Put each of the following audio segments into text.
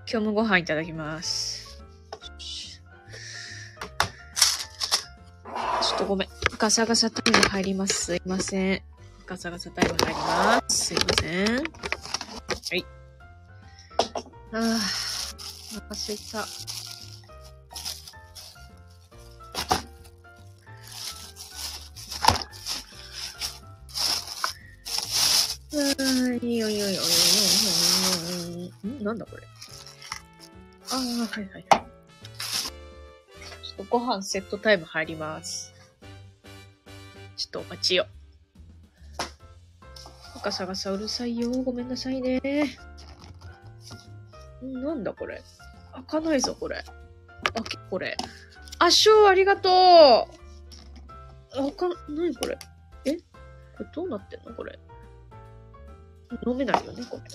今日もご飯いただきます。ちょっとごめん。ガサガサタイム入ります。すいません。ガサガサタイム入ります。すいません。はい。お腹すいた。いいよいいよいいよ。なんだこれ。はいはいはい。ちょっとご飯セットタイム入ります。ちょっとお待ちよ。ガサガサうるさいよ。ごめんなさいね。なんだこれ。開かないぞ、これ。これ。ありがとう。なにこれ。これどうなってんのこれ。飲めないよね、これ。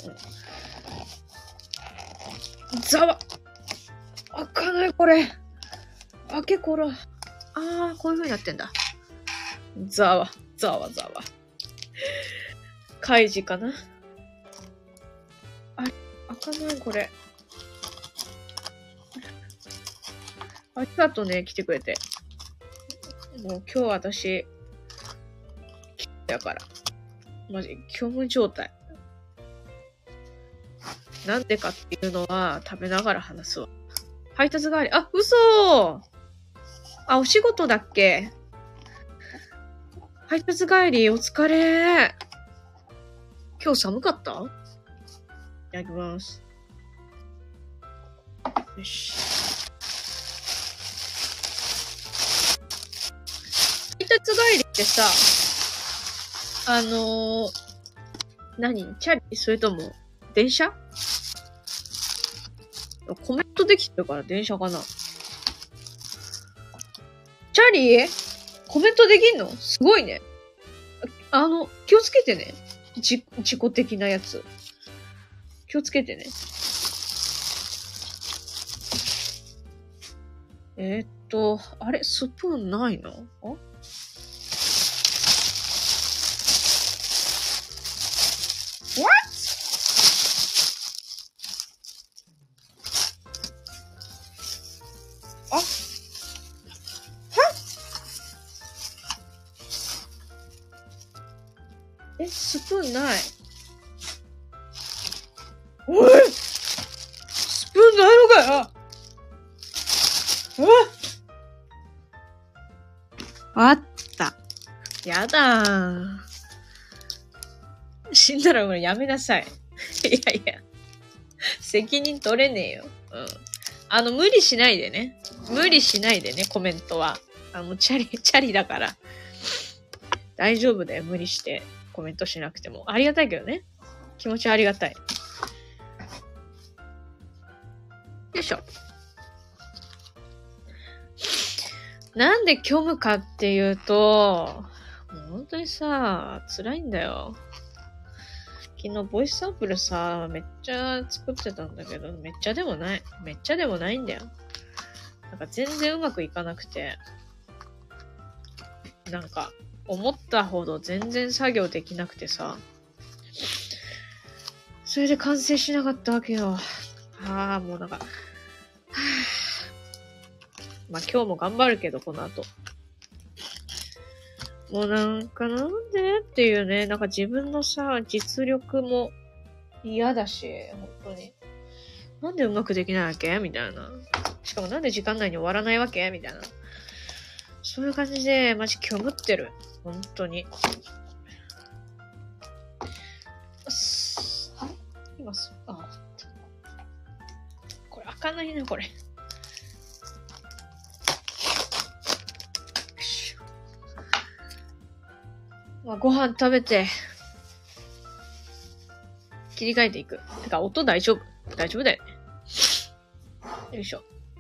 ざわ。開かない、これ。こら。こういう風になってんだ。ざわ。開示かな。開かない、これ。ありがとうね、来てくれて。もう今日私、だから。マジ、虚無状態。なんでかっていうのは食べながら話すわ。配達帰り。嘘！お仕事だっけ？配達帰り、お疲れ。今日寒かった？いただきます。よし。配達帰りってさ、チャリ？それとも、電車？コメントできてるから電車かな。チャリ？コメントできんの？すごいね。気をつけてね。事故的なやつ。気をつけてね。あれ？スプーンないの？スプーンない。おい！スプーンないのかよ！あった。やだー。死んだらもうやめなさい。いや。責任取れねえよ。無理しないでね。コメントは。チャリだから。大丈夫だよ、無理してコメントしなくても。ありがたいけどね。気持ちはありがたい。よいしょ。なんで虚無かっていうと、もう本当にさ、辛いんだよ。昨日ボイスサンプルさ、めっちゃ作ってたんだけど、めっちゃでもないんだよ。なんか全然うまくいかなくて、なんか思ったほど全然作業できなくてさ、それで完成しなかったわけよ。もうなんか、まあ今日も頑張るけど、この後。もうなんかなんでっていうね、なんか自分のさ、実力も嫌だし、本当に。なんでうまくできないわけみたいな。しかもなんで時間内に終わらないわけみたいな。そういう感じで、マジ虚無ってる。本当に。今これ開かないな、これ。まあ、ご飯食べて、切り替えていく。てか、音大丈夫だよね。よいしょ。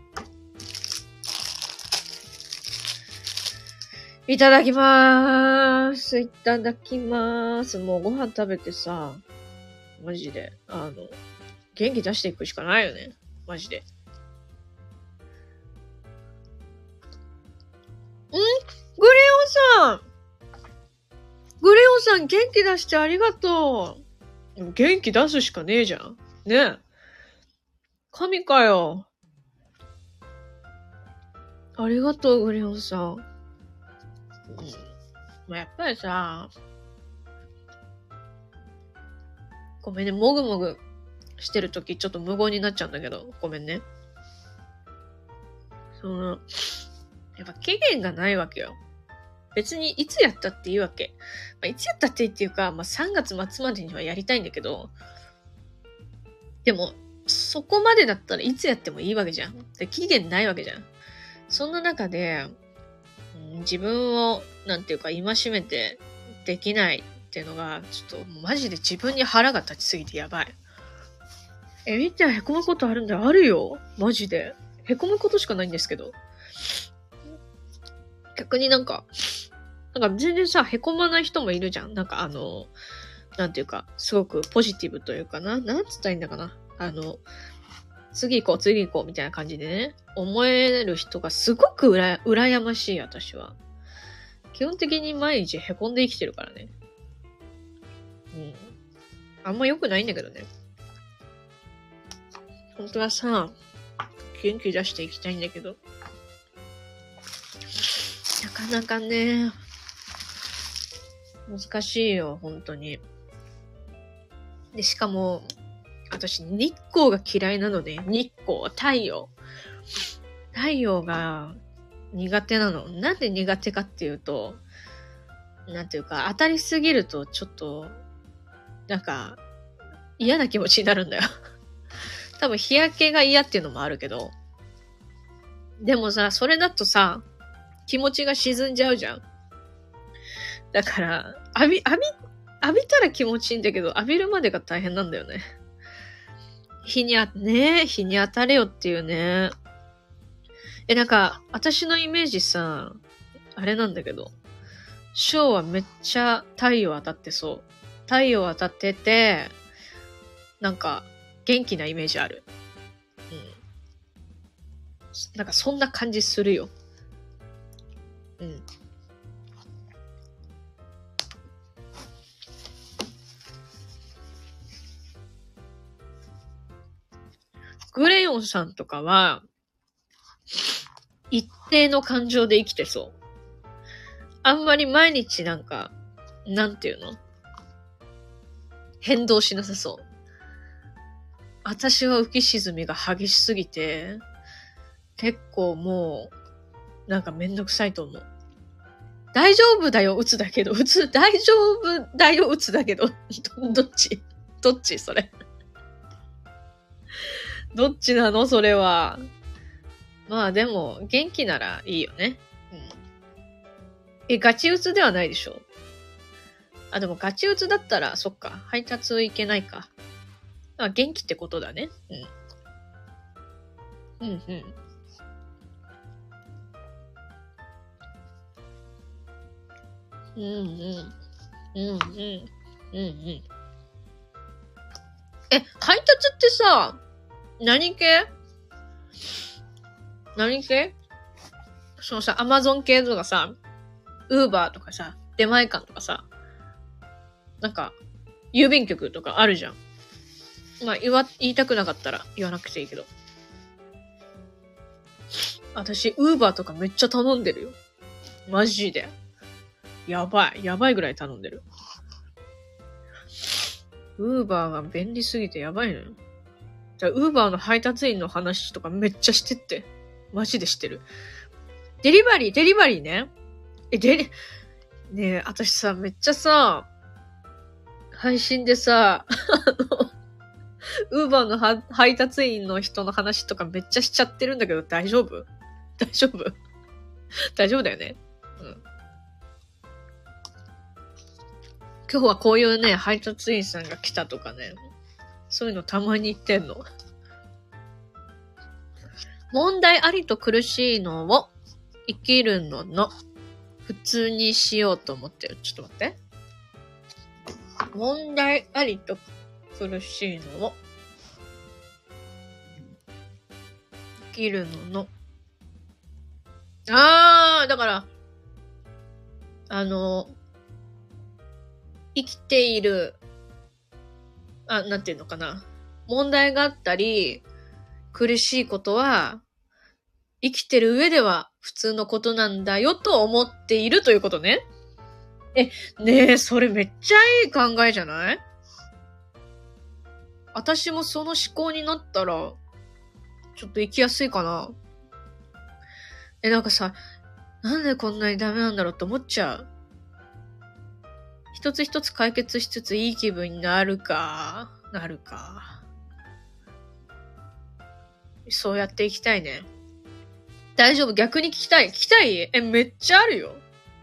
いただきまーす。いただきまーす。もうご飯食べてさ、マジで、元気出していくしかないよね。マジで。グレオンさん元気出してありがとう。元気出すしかねえじゃん。ねえ。 神かよ。ありがとう、グリオンさん。まあ、やっぱりさ、ごめんね、もぐもぐしてるときちょっと無言になっちゃうんだけど、ごめんね。やっぱ期限がないわけよ。別にいつやったっていいわけ。まあ、いつやったっていいっていうか、まあ、3月末までにはやりたいんだけど、でも、そこまでだったらいつやってもいいわけじゃん。で、期限ないわけじゃん。そんな中で、自分を、なんていうか、戒めてできないっていうのが、ちょっと、マジで自分に腹が立ちすぎてやばい。見て、へこむことあるんだよ。あるよ。マジで。へこむことしかないんですけど。逆になんか全然さ、へこまない人もいるじゃん。なんていうか、すごくポジティブというかな。なんつったらいいんだかな。次行こう、次行こう、みたいな感じでね、思える人がすごく羨ましい、私は。基本的に毎日へこんで生きてるからね。あんま良くないんだけどね。本当はさ、元気出していきたいんだけど。なかなかね、難しいよ、本当に。で、しかも、私、日光が嫌いなので、日光、太陽。太陽が苦手なの。なんで苦手かっていうと、なんていうか、当たりすぎるとちょっと、なんか、嫌な気持ちになるんだよ。多分日焼けが嫌っていうのもあるけど。でもさ、それだとさ、気持ちが沈んじゃうじゃん。だから、浴びたら気持ちいいんだけど、浴びるまでが大変なんだよね。日に当たれよっていうね。なんか、私のイメージさ、あれなんだけど、ショーはめっちゃ太陽当たってそう。太陽当たってて、なんか、元気なイメージある。なんかそんな感じするよ。グレヨンさんとかは、一定の感情で生きてそう。あんまり毎日なんか、なんていうの？変動しなさそう。私は浮き沈みが激しすぎて、結構もう、なんかめんどくさいと思う。大丈夫だよ、打つだけど。大丈夫だよ、打つだけど。どっちそれ。どっちなのそれは。まあでも、元気ならいいよね。ガチ打つではないでしょ。でもガチ打つだったら、そっか、配達いけないか。元気ってことだね。配達ってさ、何系そのさ、アマゾン系とかさ、ウーバーとかさ、出前館とかさ、なんか、郵便局とかあるじゃん。まあ、言いたくなかったら言わなくていいけど。私、ウーバーとかめっちゃ頼んでるよ。マジで。やばいぐらい頼んでる。ウーバーが便利すぎてやばいのよ。じゃあ、ウーバーの配達員の話とかめっちゃしてって。マジでしてる。デリバリーね。ねえ、私さ、めっちゃさ、配信でさ、ウーバーの配達員の人の話とかめっちゃしちゃってるんだけど、大丈夫大丈夫だよね。今日はこういうね、配達員さんが来たとかね、そういうのたまに言ってんの。問題ありと苦しいのを生きるの普通にしようと思ってる。ちょっと待って。問題ありと苦しいのを生きるのだから、生きている、なんていうのかな。問題があったり、 苦しいことは、生きてる上では普通のことなんだよと思っているということね。ねえ、それめっちゃいい考えじゃない？私もその思考になったら、ちょっと生きやすいかな。なんかさ、なんでこんなにダメなんだろうって思っちゃう。一つ一つ解決しつついい気分になるか。そうやっていきたいね。大丈夫？逆に聞きたい？めっちゃあるよ。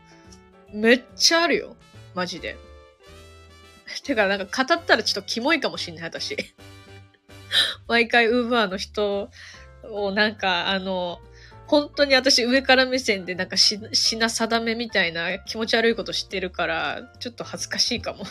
マジで。てか、なんか語ったらちょっとキモいかもしんない、私。毎回ウーバーの人をなんか、本当に私上から目線でなんか品定めみたいな気持ち悪いことしてるから、ちょっと恥ずかしいかも。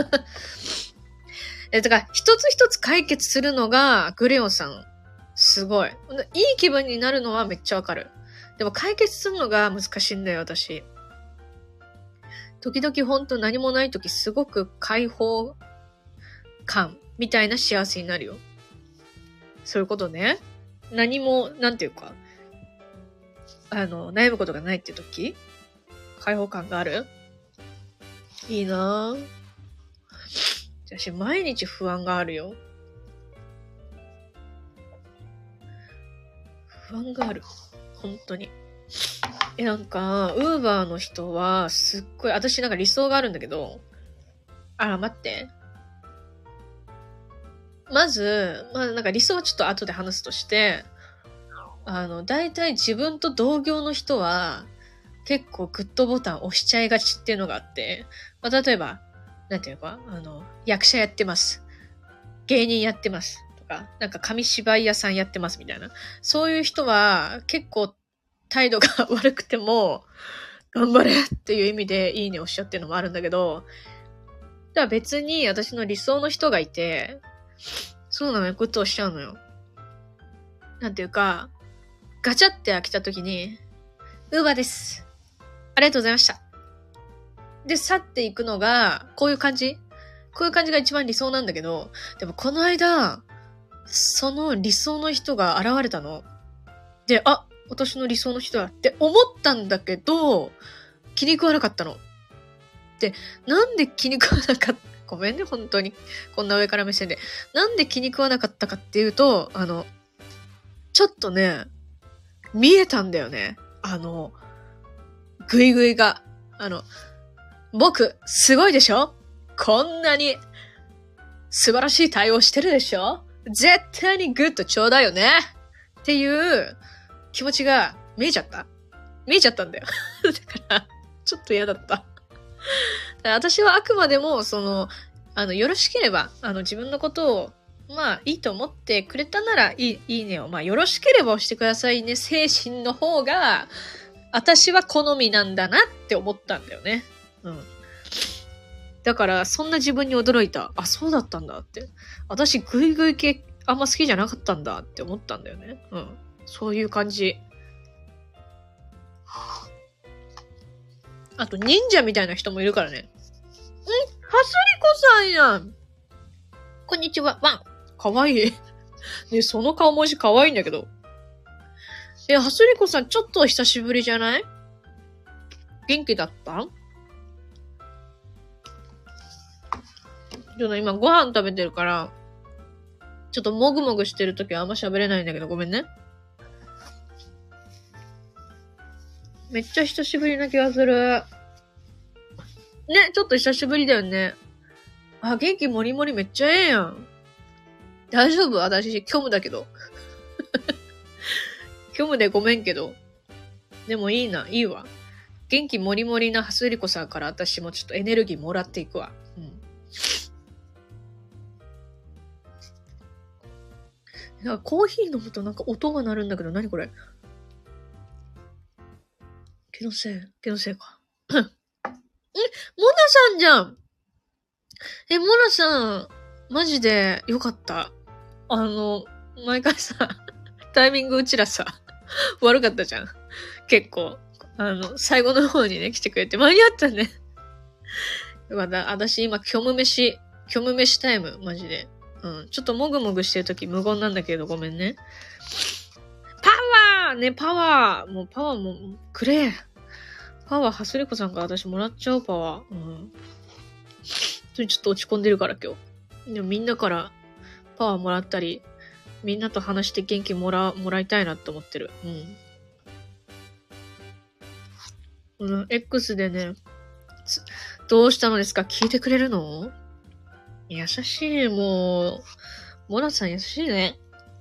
だから、一つ一つ解決するのが、グレオンさん、すごい。いい気分になるのはめっちゃわかる。でも解決するのが難しいんだよ、私。時々ほんと何もない時すごく解放感みたいな幸せになるよ。そういうことね。何も、なんていうか、悩むことがないって時、解放感がある？いいなぁ。私、毎日不安があるよ。不安がある。本当に。なんか、ウーバーの人は、すっごい、私なんか理想があるんだけど、待って。まず、なんか理想はちょっと後で話すとして、大体自分と同業の人は、結構グッドボタン押しちゃいがちっていうのがあって、例えば、なんていうか、役者やってます。芸人やってます。とか、なんか紙芝居屋さんやってますみたいな。そういう人は、結構態度が悪くても、頑張れっていう意味でいいねをしちゃってるのもあるんだけど、だから別に私の理想の人がいて、そうなのよ、グッドをしちゃうのよ。なんていうか、ガチャって開けた時に、ウーバーです。ありがとうございました。で、去っていくのが、こういう感じが一番理想なんだけど、でもこの間、その理想の人が現れたの。で、私の理想の人だって思ったんだけど、気に食わなかったの。で、なんで気に食わなかった、ごめんね、本当に。こんな上から目線で。なんで気に食わなかったかっていうと、ちょっとね、見えたんだよね。グイグイが。僕、すごいでしょ？こんなに素晴らしい対応してるでしょ？絶対にグッドちょうだいよねっていう気持ちが見えちゃったんだよ。だから、ちょっと嫌だった。私はあくまでも、よろしければ、自分のことを、いいと思ってくれたなら、いいねを、よろしければ押してくださいね、精神の方が、私は好みなんだなって思ったんだよね。うん。だから、そんな自分に驚いた。そうだったんだって。私、グイグイ系あんま好きじゃなかったんだって思ったんだよね。うん。そういう感じ。あと、忍者みたいな人もいるからね。はすりこさんやん。こんにちは。ワン。かわいい。ね、その顔文字かわいいんだけど。はすりこさん、ちょっと久しぶりじゃない？元気だった？ちょっと今ご飯食べてるから、ちょっともぐもぐしてるときはあんま喋れないんだけど、ごめんね。めっちゃ久しぶりな気がする。ね、ちょっと久しぶりだよね。元気もりもりめっちゃええやん。大丈夫？私、虚無だけど。虚無でごめんけど。でもいいわ。元気もりもりなはすりこさんから私もちょっとエネルギーもらっていくわ。うん。なんかコーヒー飲むとなんか音が鳴るんだけど、何これ？気のせいか。モナさんじゃん！モナさん、マジでよかった。毎回さ、タイミングうちらさ、悪かったじゃん。結構。最後の方にね、来てくれて間に合ったね。よかった。私今、虚無飯タイム、マジで。 うん。ちょっともぐもぐしてるとき無言なんだけどごめんね。パワーね、パワーもうパワーもくれ。パワー、ハスレコさんから私もらっちゃうパワー。うん。ちょっと落ち込んでるから今日。でもみんなからパワーもらったり、みんなと話して元気もらいたいなって思ってる。うん。X でね、どうしたのですか聞いてくれるの優しい、もう。モラさん優しいね。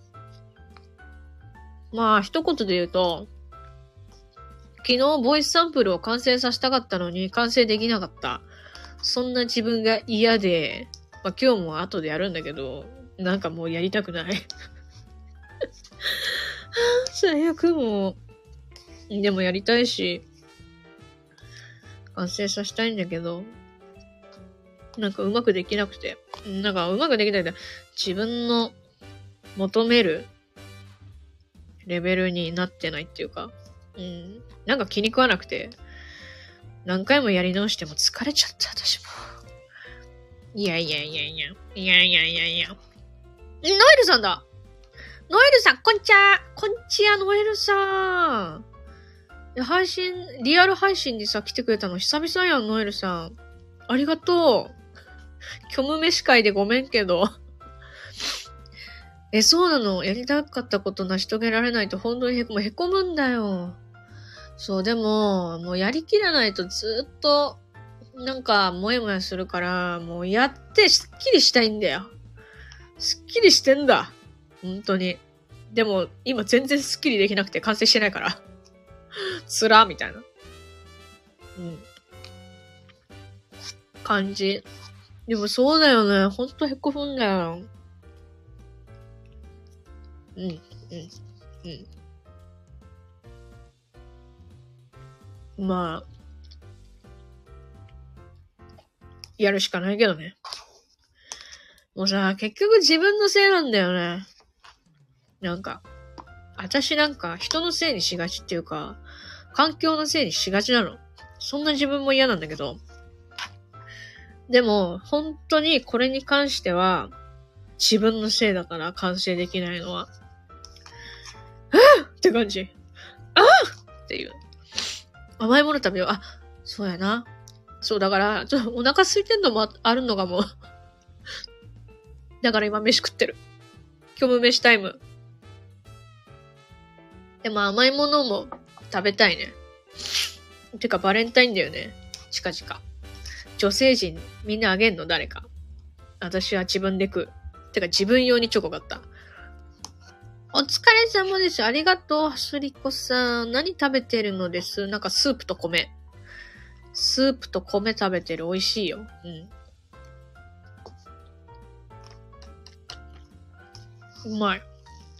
まあ、一言で言うと、昨日ボイスサンプルを完成させたかったのに完成できなかった。そんな自分が嫌で、まあ今日も後でやるんだけど、なんかもうやりたくない。最悪もう。でもやりたいし、完成させたいんだけど、なんかうまくできなくて。なんかうまくできないんだ。自分の求めるレベルになってないっていうか、なんか気に食わなくて、何回もやり直しても疲れちゃった、私も。いや。ノエルさんだ。ノエルさん、こんちゃ。ノエルさん。リアル配信にさ、来てくれたの久々やん、ノエルさん。ありがとう。虚無飯会でごめんけど。そうなの。やりたかったこと成し遂げられないと本当にへこむんだよ。そう、でも、もうやりきらないとずっと、なんか、もやもやするから、もうやってスッキリしたいんだよ。スッキリしてんだ。本当に。でも、今全然スッキリできなくて完成してないから。つらみたいな。感じ。でもそうだよね。ほんとへこむんだよ。まあ、やるしかないけどね。もうさ、結局自分のせいなんだよね。なんか、私なんか人のせいにしがちっていうか、環境のせいにしがちなの。そんな自分も嫌なんだけど。でも、本当にこれに関しては、自分のせいだから完成できないのは。って感じ。っていう。甘いもの食べよう。そうやな。そう、だから、ちょっとお腹空いてんのもあるのかも。だから今飯食ってる。虚無飯タイム。でも甘いものも食べたいね。てかバレンタインだよね。近々。女性陣みんなあげんの誰か。私は自分で食う。てか自分用にチョコ買った。お疲れ様です。ありがとう、はすりこさん。何食べてるのです？なんかスープと米。スープと米食べてる。美味しいよ。うまい。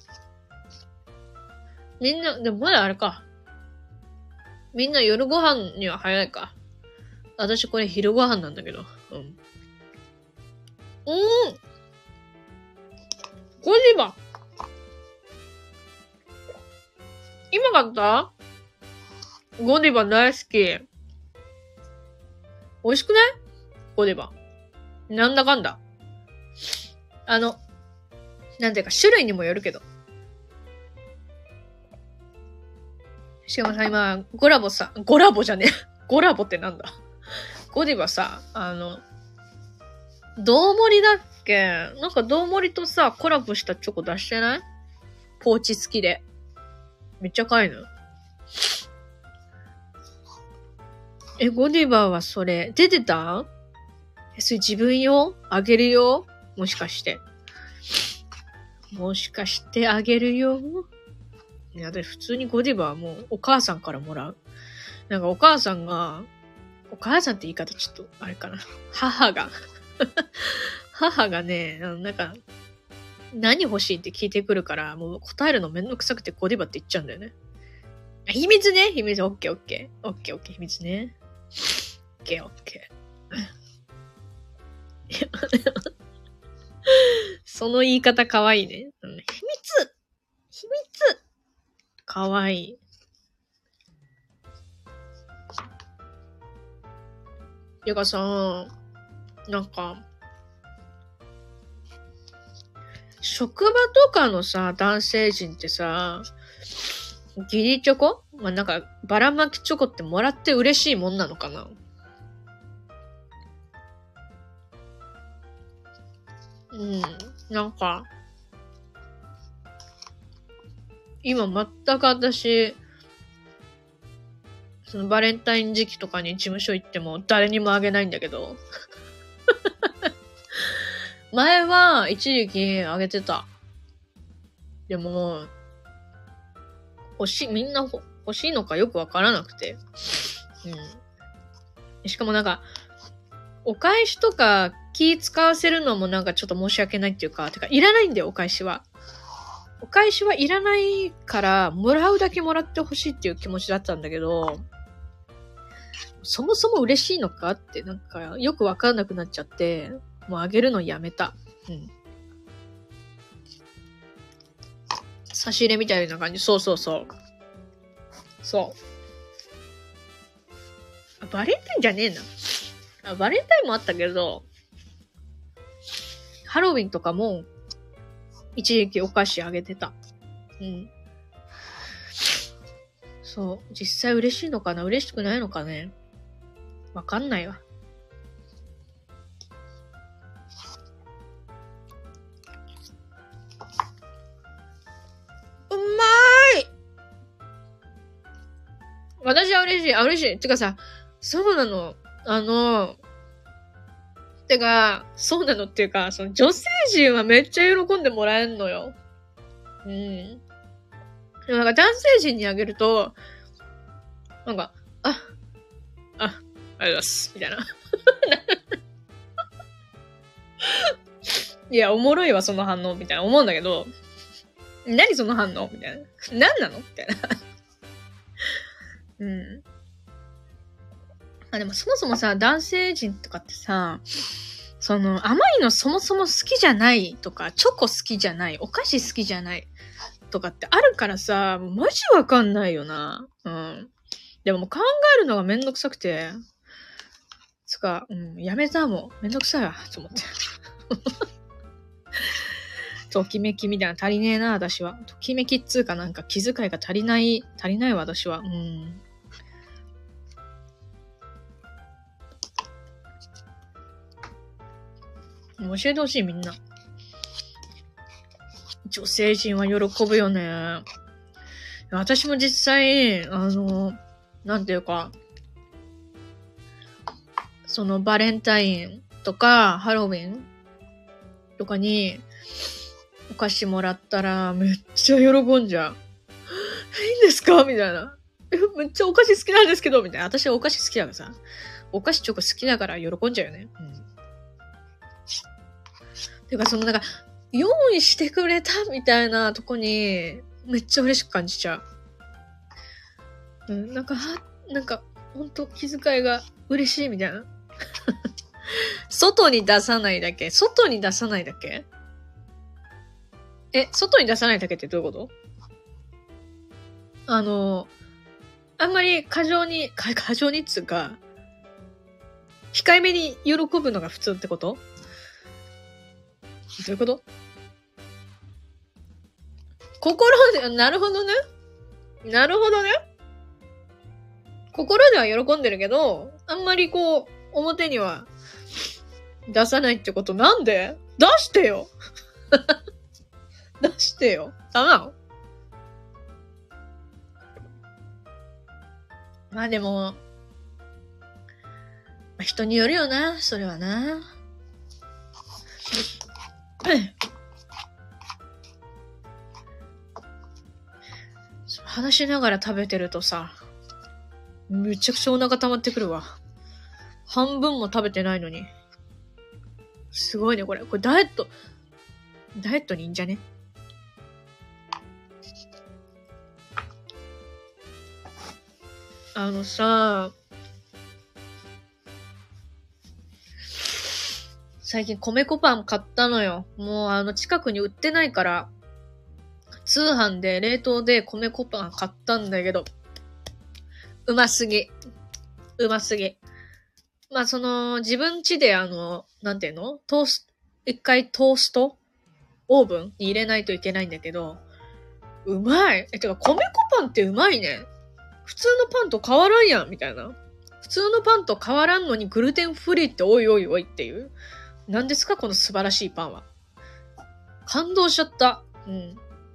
みんな、でもまだあれか。みんな夜ご飯には早いか。私これ昼ご飯なんだけど。ゴディバ。今買ったゴディバ大好き。美味しくないゴディバ。なんだかんだ。なんていうか種類にもよるけど。しかもさ、今、ゴラボじゃねえ。ゴラボってなんだゴディバさ、どうもりだっけなんかどうもりとさ、コラボしたチョコ出してないポーチ付きで。めっちゃ可愛いの。ゴディバはそれ、出てたそれ自分用あげるよもしかして。もしかしてあげるよいや、で、普通にゴディバはもうお母さんからもらう。なんかお母さんって言い方ちょっとあれかな。母がね、なんか、何欲しいって聞いてくるから、もう答えるのめんどくさくてゴディバって言っちゃうんだよね。秘密ね秘密、オッケー、秘密ね。オッケー。その言い方かわいいね。秘密かわいい。てかさ、なんか、 職場とかのさ、男性陣ってさ、義理チョコ？まあ、なんか、ばらまきチョコってもらって嬉しいもんなのかな？なんか、今全く私、そのバレンタイン時期とかに事務所行っても誰にもあげないんだけど。前は一時期あげてた。でも、みんな欲しいのかよくわからなくて。しかもなんか、お返しとか気使わせるのもなんかちょっと申し訳ないっていうか、てかいらないんだよ、お返しは。お返しはいらないから、もらうだけもらってほしいっていう気持ちだったんだけど、そもそも嬉しいのかってなんかよくわかんなくなっちゃって、もうあげるのやめた。差し入れみたいな感じ。そう。バレンタインじゃねえな。バレンタインもあったけど、ハロウィンとかも、一時期お菓子あげてた。そう。実際嬉しいのかな？嬉しくないのかね？わかんないわ。うまーい！私は嬉しい。嬉しい。てかさ、そうなの。そうなのっていうか、その女性陣はめっちゃ喜んでもらえんのよ。でもなんか男性陣にあげると、なんか、ありがとうございます。みたいな。いや、おもろいわ、その反応。みたいな思うんだけど、何その反応みたいな。何なのみたいな。でもそもそもさ、男性陣とかってさ、その甘いのそもそも好きじゃないとか、チョコ好きじゃない、お菓子好きじゃないとかってあるからさ、マジわかんないよな。でももう考えるのがめんどくさくて、やめたもん。めんどくさいわ、と思って。ときめきみたいな足りねえな、私は。ときめきっつうかなんか気遣いが足りないわ、私は。教えてほしい、みんな。女性陣は喜ぶよね。私も実際、なんていうか、そのバレンタインとかハロウィンとかにお菓子もらったらめっちゃ喜んじゃう。いいんですかみたいな。めっちゃお菓子好きなんですけど、みたいな。私はお菓子好きだからさ。お菓子チョコ好きだから喜んじゃうよね。てか、そのなんか、用意してくれたみたいなとこに、めっちゃ嬉しく感じちゃう。なんか、ほんと気遣いが嬉しいみたいな。外に出さないだけ外に出さないだけってどういうこと？あんまり過剰にっつうか、控えめに喜ぶのが普通ってこと？どういうこと？心で、なるほどね。心では喜んでるけど、あんまりこう、表には出さないってこと？なんで？出してよ出してよ。ダメなの？まあでも、人によるよな、それはな。話しながら食べてるとさ、めちゃくちゃお腹溜まってくるわ。半分も食べてないのに。すごいね、これ。これダイエットにいいんじゃね？最近米粉パン買ったのよ。もう近くに売ってないから、通販で冷凍で米粉パン買ったんだけど、うますぎ。まあ、自分家でなんていうの？一回トーストオーブンに入れないといけないんだけど、うまい。てか、米粉パンってうまいね。普通のパンと変わらんやん、みたいな。普通のパンと変わらんのにグルテンフリーっておいおいおいっていう。何ですかこの素晴らしいパンは。感動しちゃった。うん。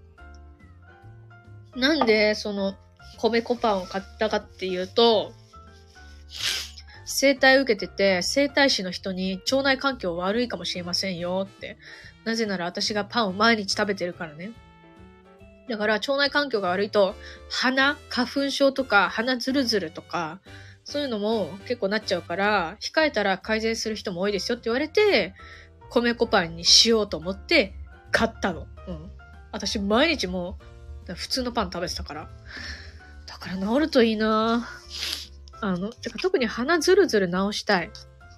なんで、米粉パンを買ったかっていうと、整体受けてて、整体師の人に腸内環境悪いかもしれませんよって。なぜなら私がパンを毎日食べてるからね。だから腸内環境が悪いと、花粉症とか、鼻ズルズルとか、そういうのも結構なっちゃうから、控えたら改善する人も多いですよって言われて、米粉パンにしようと思って買ったの。うん。私毎日もう、普通のパン食べてたから。だから治るといいなてか特に鼻ズルズル治したい。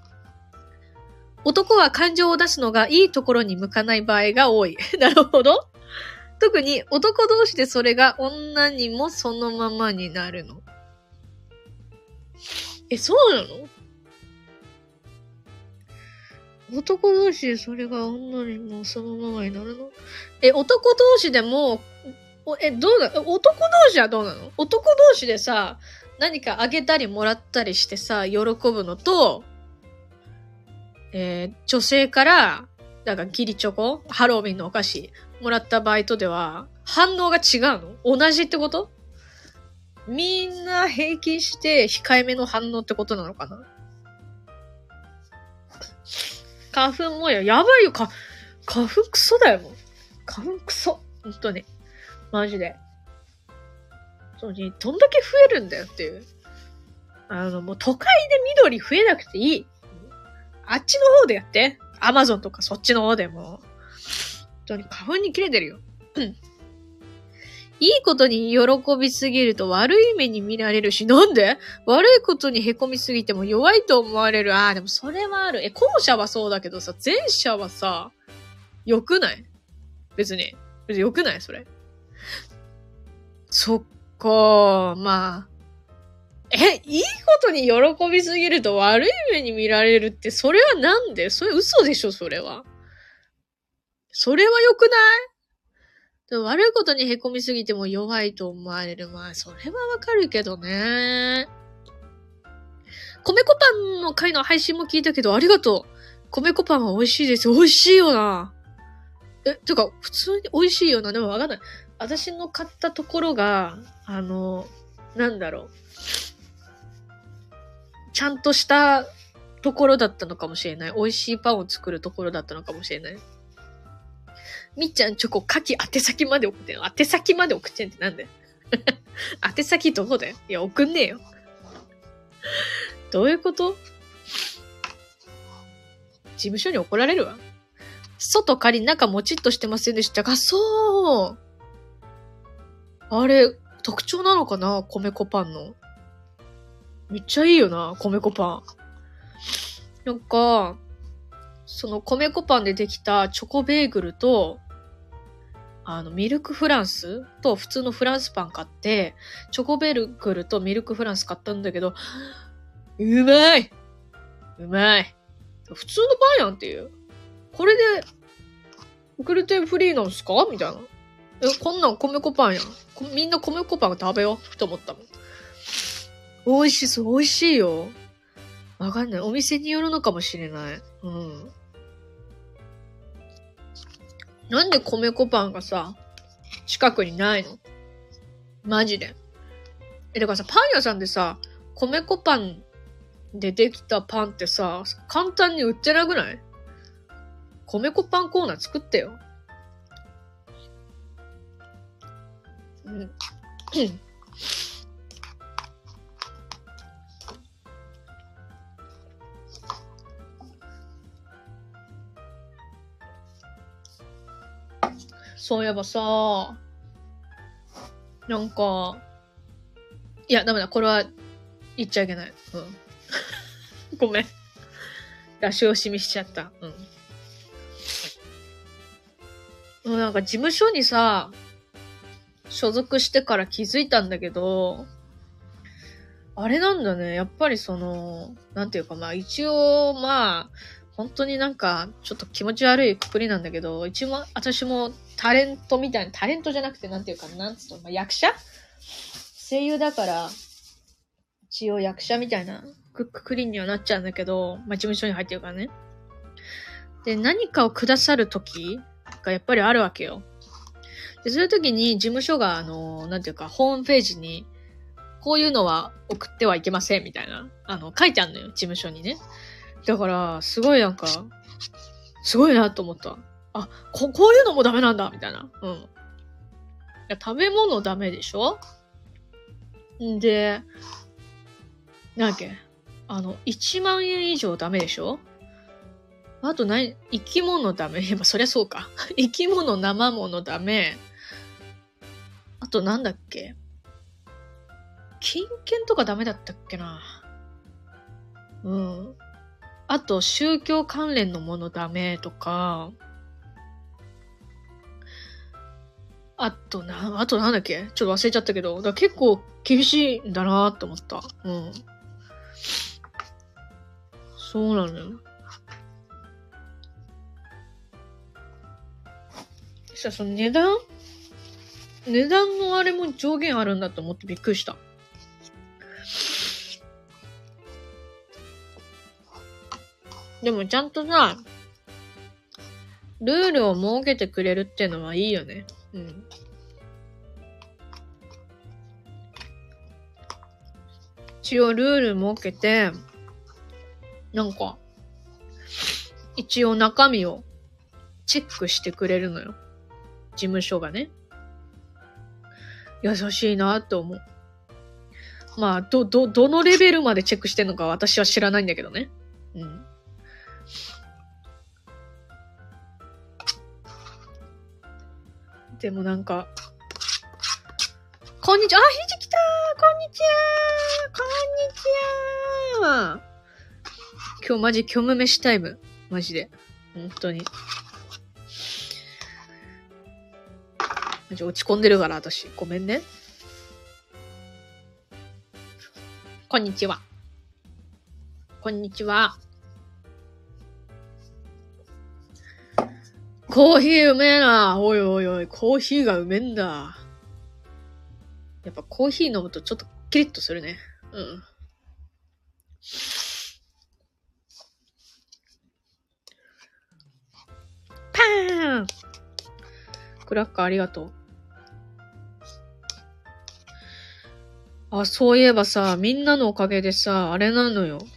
男は感情を出すのがいいところに向かない場合が多い。なるほど。特に男同士でそれが女にもそのままになるの。そうなの？男同士でそれが女にもそのままになるの？男同士でも、どうなの？男同士はどうなの？男同士でさ、何かあげたりもらったりしてさ、喜ぶのと、女性から、なんか義理チョコ、ハロウィンのお菓子もらったバイトでは、反応が違うの？同じってこと？みんな平均して控えめの反応ってことなのかな？花粉もやばいよ、花粉クソだよ、もう。花粉クソ。ほんとに。マジで。そうに、どんだけ増えるんだよっていう。もう都会で緑増えなくていい。あっちの方でやって。アマゾンとかそっちの方でも。本当に花粉に切れてるよ。いいことに喜びすぎると悪い目に見られるし、なんで？悪いことに凹みすぎても弱いと思われる。でもそれはある。後者はそうだけどさ、前者はさ、良くない？別に良くない？それ。そっか、まあ。いいことに喜びすぎると悪い目に見られるって、それはなんで？それ嘘でしょ、それは。それは良くない？でも悪いことに凹みすぎても弱いと思われる。まあ、それはわかるけどね。米粉パンの回の配信も聞いたけど、ありがとう。米粉パンは美味しいです。美味しいよな。てか、普通に美味しいよな。でもわかんない。私の買ったところが、なんだろう。ちゃんとしたところだったのかもしれない。美味しいパンを作るところだったのかもしれない。みっちゃんチョコ、宛先まで送ってんの？宛先まで送ってんってなんで？宛先どこだよ？いや、送んねえよ。どういうこと？事務所に怒られるわ。外カリ中もちっとしてませんでしたか？そう。あれ、特徴なのかな？米粉パンの。めっちゃいいよな、米粉パン。なんか、その米粉パンでできたチョコベーグルと、ミルクフランスと普通のフランスパン買って、チョコベーグルとミルクフランス買ったんだけど、うまい！うまい。普通のパンやんっていう。これで、グルテンフリーなんすか？みたいな。こんなん米粉パンやん。みんな米粉パン食べようって思ったもん。美味しそう、美味しいよ。わかんない。お店によるのかもしれない。うん。なんで米粉パンがさ、近くにないの？マジで。だからさ、パン屋さんでさ、米粉パンでできたパンってさ、簡単に売ってなくない？米粉パンコーナー作ってよ。うん。そういえばさ、なんか、いや、ダメだ。これは言っちゃいけない。うん。ごめん。出し惜しみしちゃった。うん。なんか事務所にさ、所属してから気づいたんだけど、あれなんだね。やっぱりなんていうかまあ一応まあ、 本当になんか、ちょっと気持ち悪いくくりなんだけど、一応私もタレントみたいな、タレントじゃなくてなんていうか、なんつうの、まあ、役者声優だから、一応役者みたいなくくりにはなっちゃうんだけど、まあ、事務所に入ってるからね。で、何かをくださるときがやっぱりあるわけよ。で、そういうときに事務所が、なんていうか、ホームページに、こういうのは送ってはいけませんみたいな、書いてあるのよ、事務所にね。だから、すごいなんか、すごいなと思った。あ、こういうのもダメなんだ、みたいな。うん。いや、食べ物ダメでしょ？んで、なんだっけ、1万円以上ダメでしょ？あと生き物ダメ。まあ、そりゃそうか。生き物、生物ダメ。あとなんだっけ、金券とかダメだったっけな。うん。あと、宗教関連のものダメとか、あとなんだっけ、ちょっと忘れちゃったけど、だから結構厳しいんだなって思った。うん。そうなのよ。さ、その値段のあれも上限あるんだと思ってびっくりした。でもちゃんとさ、ルールを設けてくれるっていうのはいいよね。うん。一応ルール設けて、なんか、一応中身をチェックしてくれるのよ。事務所がね。優しいなって思う。まあ、どのレベルまでチェックしてんのか私は知らないんだけどね。うん。でもなんか、こんにちは。あ、ひじきたー、こんにちは。こんにちは。今日マジ虚無飯タイム。マジで。本当に。マジ落ち込んでるから、私。ごめんね。こんにちは。こんにちは。コーヒーうめえな。おいおいおい、コーヒーがうめえんだ。やっぱコーヒー飲むとちょっとキリッとするね。うん。パーン！クラッカーありがとう。あ、そういえばさ、みんなのおかげでさ、あれなのよ。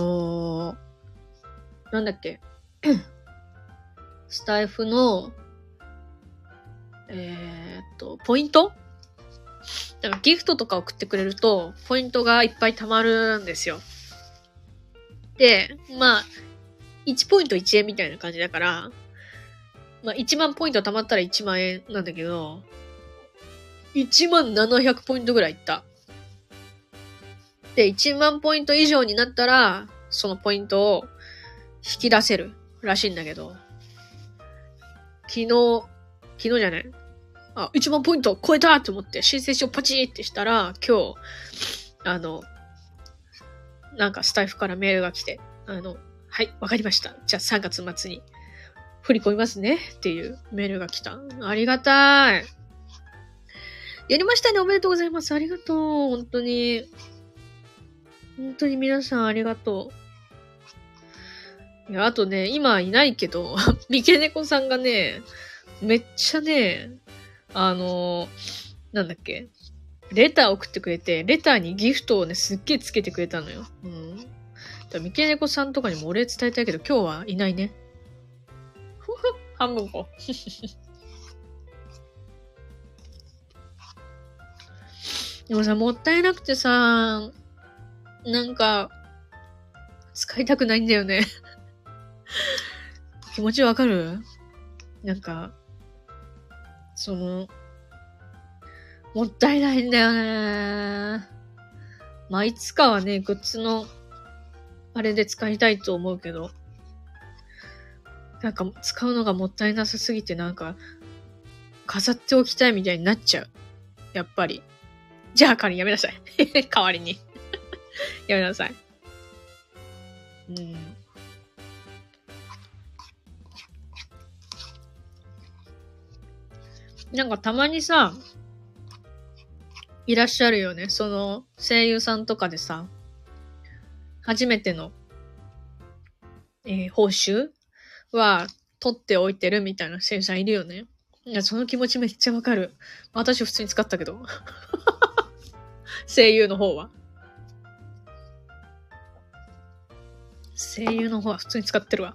なんだっけ。スタイフの、ポイント？だからギフトとか送ってくれると、ポイントがいっぱい貯まるんですよ。で、まあ、1ポイント1円みたいな感じだから、まあ1万ポイント貯まったら1万円なんだけど、1万700ポイントぐらいいった。で、1万ポイント以上になったら、そのポイントを引き出せるらしいんだけど、昨日じゃない。あ、1万ポイント超えたって思って申請書パチーってしたら、今日、なんかスタイフからメールが来て、はい、わかりました。じゃあ3月末に振り込みますねっていうメールが来た。ありがたい。やりましたね。おめでとうございます。ありがとう。本当に皆さんありがとう。いや、あとね、今いないけど、三毛猫さんがね、めっちゃね、なんだっけ、レター送ってくれて、レターにギフトをね、すっげえつけてくれたのよ。うん。だ三毛猫さんとかにもお礼伝えたいけど、今日はいないね。半分こ。でもさ、もったいなくてさ、なんか、使いたくないんだよね。気持ちわかる？なんか、もったいないんだよね。まあ、いつかはね、グッズの、あれで使いたいと思うけど、なんか使うのがもったいなさすぎてなんか、飾っておきたいみたいになっちゃう。やっぱり。じゃあ、カリンやめなさい。代わりに。やめなさい。うん。 なんかたまにさ、いらっしゃるよね。その声優さんとかでさ、初めての、報酬は取っておいてるみたいな声優さんいるよね。いや、その気持ちめっちゃわかる。私普通に使ったけど。声優の方は。声優の方は普通に使ってるわ。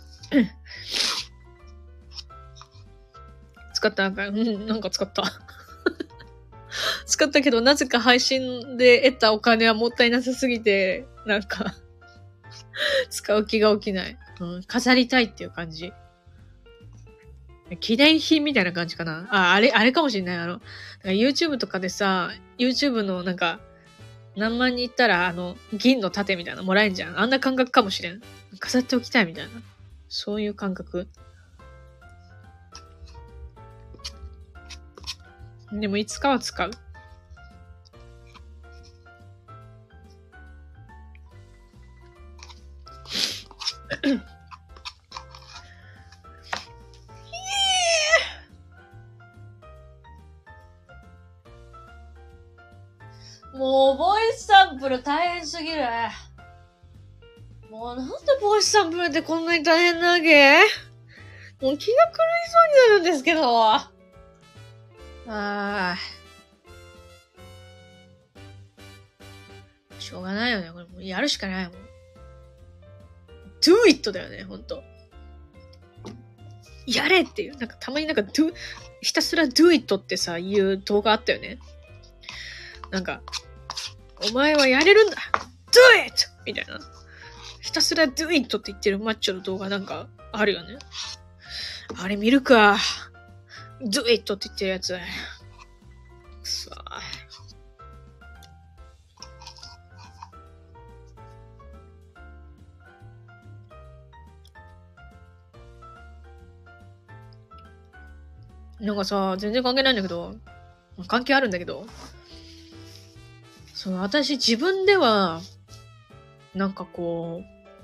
使ったなんか使った。使ったけど、なぜか配信で得たお金はもったいなさすぎて、なんか、使う気が起きない。飾りたいっていう感じ。記念品みたいな感じかな。あれかもしれない。YouTube とかでさ、YouTube のなんか、何万人いったら、銀の盾みたいなのもらえんじゃん。あんな感覚かもしれん。飾っておきたいみたいな。そういう感覚。でもいつかは使う。もう、ボイスサンプル大変すぎる。もう、なんでボイスサンプルってこんなに大変なわけ？もう気が狂いそうになるんですけど。しょうがないよね。これもうやるしかないもん。do it だよね、ほんと。やれっていう。なんかたまになんかひたすら do it ってさ、いう動画あったよね。なんか、お前はやれるんだ !do it! みたいな。ひたすら do it って言ってるマッチョの動画なんかあるよね。あれ見るか。do it って言ってるやつ。くそー。なんかさ、全然関係ないんだけど、関係あるんだけど、私自分では、なんかこ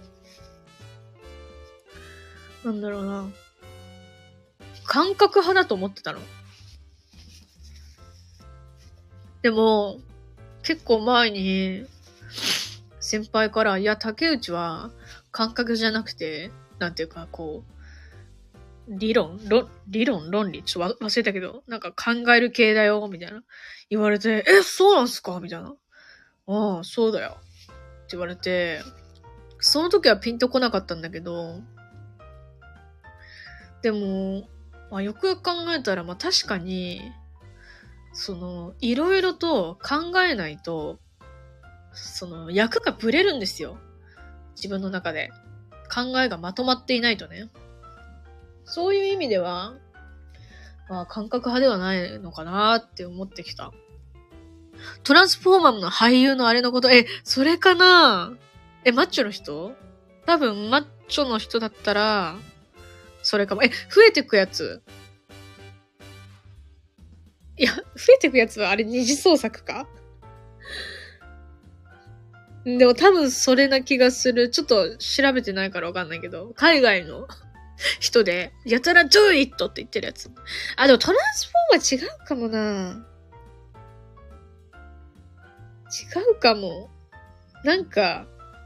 う、なんだろうな、感覚派だと思ってたの。でも、結構前に、先輩から、いや、竹内は感覚じゃなくて、なんていうか、こう、論理ちょっと忘れたけど、なんか考える系だよ、みたいな。言われて、そうなんすかみたいな。ああ、そうだよ。って言われて、その時はピンとこなかったんだけど、でも、よくよく考えたら、確かに、いろいろと考えないと、役がぶれるんですよ。自分の中で。考えがまとまっていないとね。そういう意味では、感覚派ではないのかなって思ってきた。トランスフォーマーの俳優のあれのこと、それかな？マッチョの人？多分、マッチョの人だったら、それかも。増えてくやつ。いや、増えてくやつはあれ二次創作か？でも多分それな気がする。ちょっと調べてないからわかんないけど、海外の人で、やたら do it って言ってるやつ。でもトランスフォーマー違うかもな。違うかも。なんか、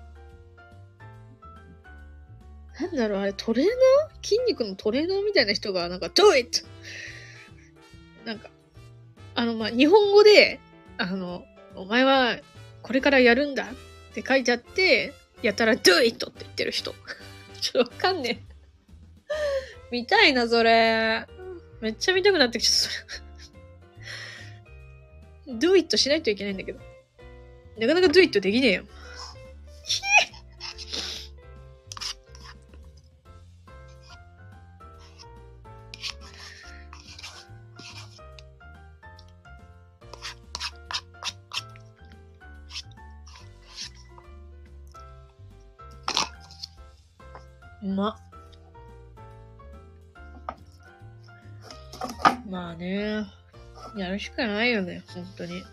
なんだろう、あれトレーナー？筋肉のトレーナーみたいな人が、なんか do it! なんか、日本語で、お前はこれからやるんだって書いてあって、やたら do it って言ってる人。ちょっとわかんねえ。見たいな、それ。めっちゃ見たくなってきちゃった。do it しないといけないんだけど。なかなか do it できねえよ。まあね。やるしかないよね、本当に。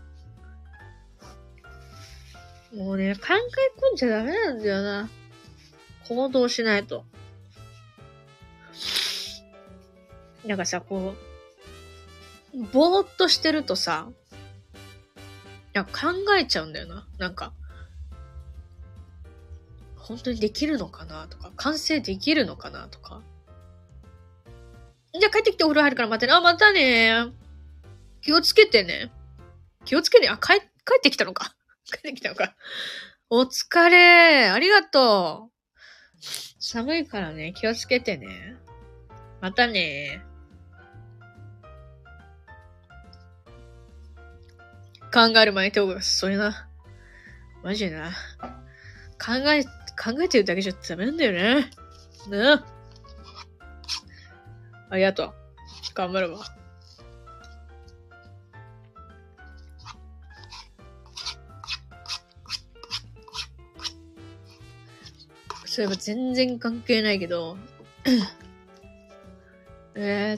もうね、考え込んじゃダメなんだよな。行動しないと。なんかさ、こう、 ぼーっとしてるとさ、いや、考えちゃうんだよな。なんか、本当にできるのかなとか、完成できるのかなとか。じゃあ帰ってきてお風呂入るから待ってね。あ、またね。気をつけてね。気をつけて。あ、帰ってきたのか。帰ってきたのか。お疲れ。ありがとう。寒いからね、気をつけてね。またね。考える前に手を動かす。それな。マジな。考えてるだけじゃダメなんだよね。ね。ありがとう。頑張るわ。そういえば全然関係ないけど。ね。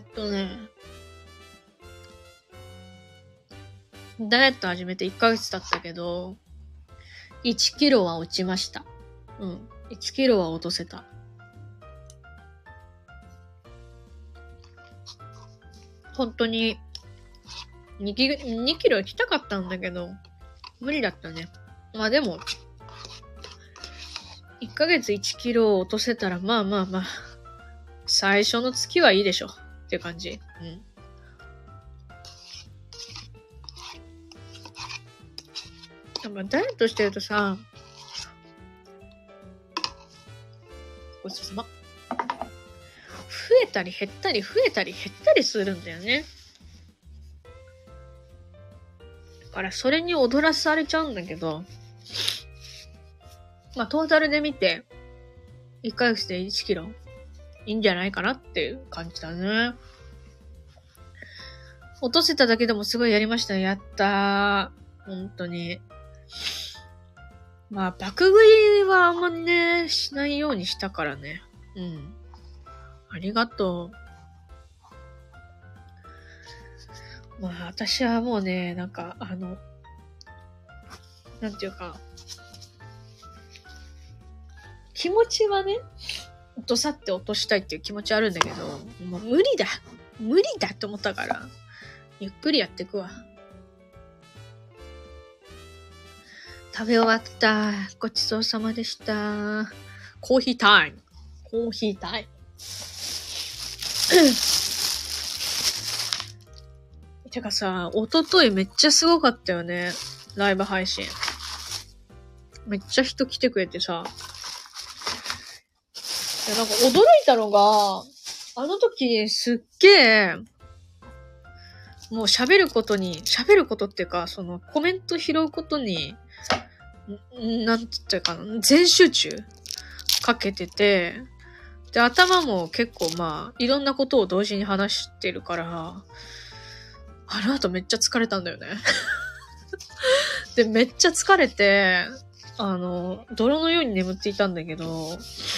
ダイエット始めて1ヶ月経ったけど、1キロは落ちました。うん。1キロは落とせた。本当に2キロ行きたかったんだけど、無理だったね。まあでも、1ヶ月1キロ落とせたら、まあ、最初の月はいいでしょ。っていう感じ。うん。ダイエットしてるとさ、ごちそうさま。増えたり減ったり、増えたり減ったりするんだよね。だからそれに踊らされちゃうんだけど、まあトータルで見て、1ヶ月で1キロいいんじゃないかなっていう感じだね。落とせただけでもすごいやりました。やったー。本当に。まあ、爆食いはあんまね、しないようにしたからね。うん。ありがとう。まあ、私はもうね、なんか、なんていうか、気持ちはね、どさって落としたいっていう気持ちあるんだけど、もう無理だって思ったから、ゆっくりやっていくわ。食べ終わった。ごちそうさまでした。コーヒータイム。てかさ、一昨日めっちゃすごかったよね。ライブ配信。めっちゃ人来てくれてさ。いや、なんか驚いたのが、あの時すっげえ、もう喋ることっていうか、そのコメント拾うことに、なんて言ったらかな、全集中かけてて、で、頭も結構まあ、いろんなことを同時に話してるから、あの後めっちゃ疲れたんだよね。で、めっちゃ疲れて、泥のように眠っていたんだけど、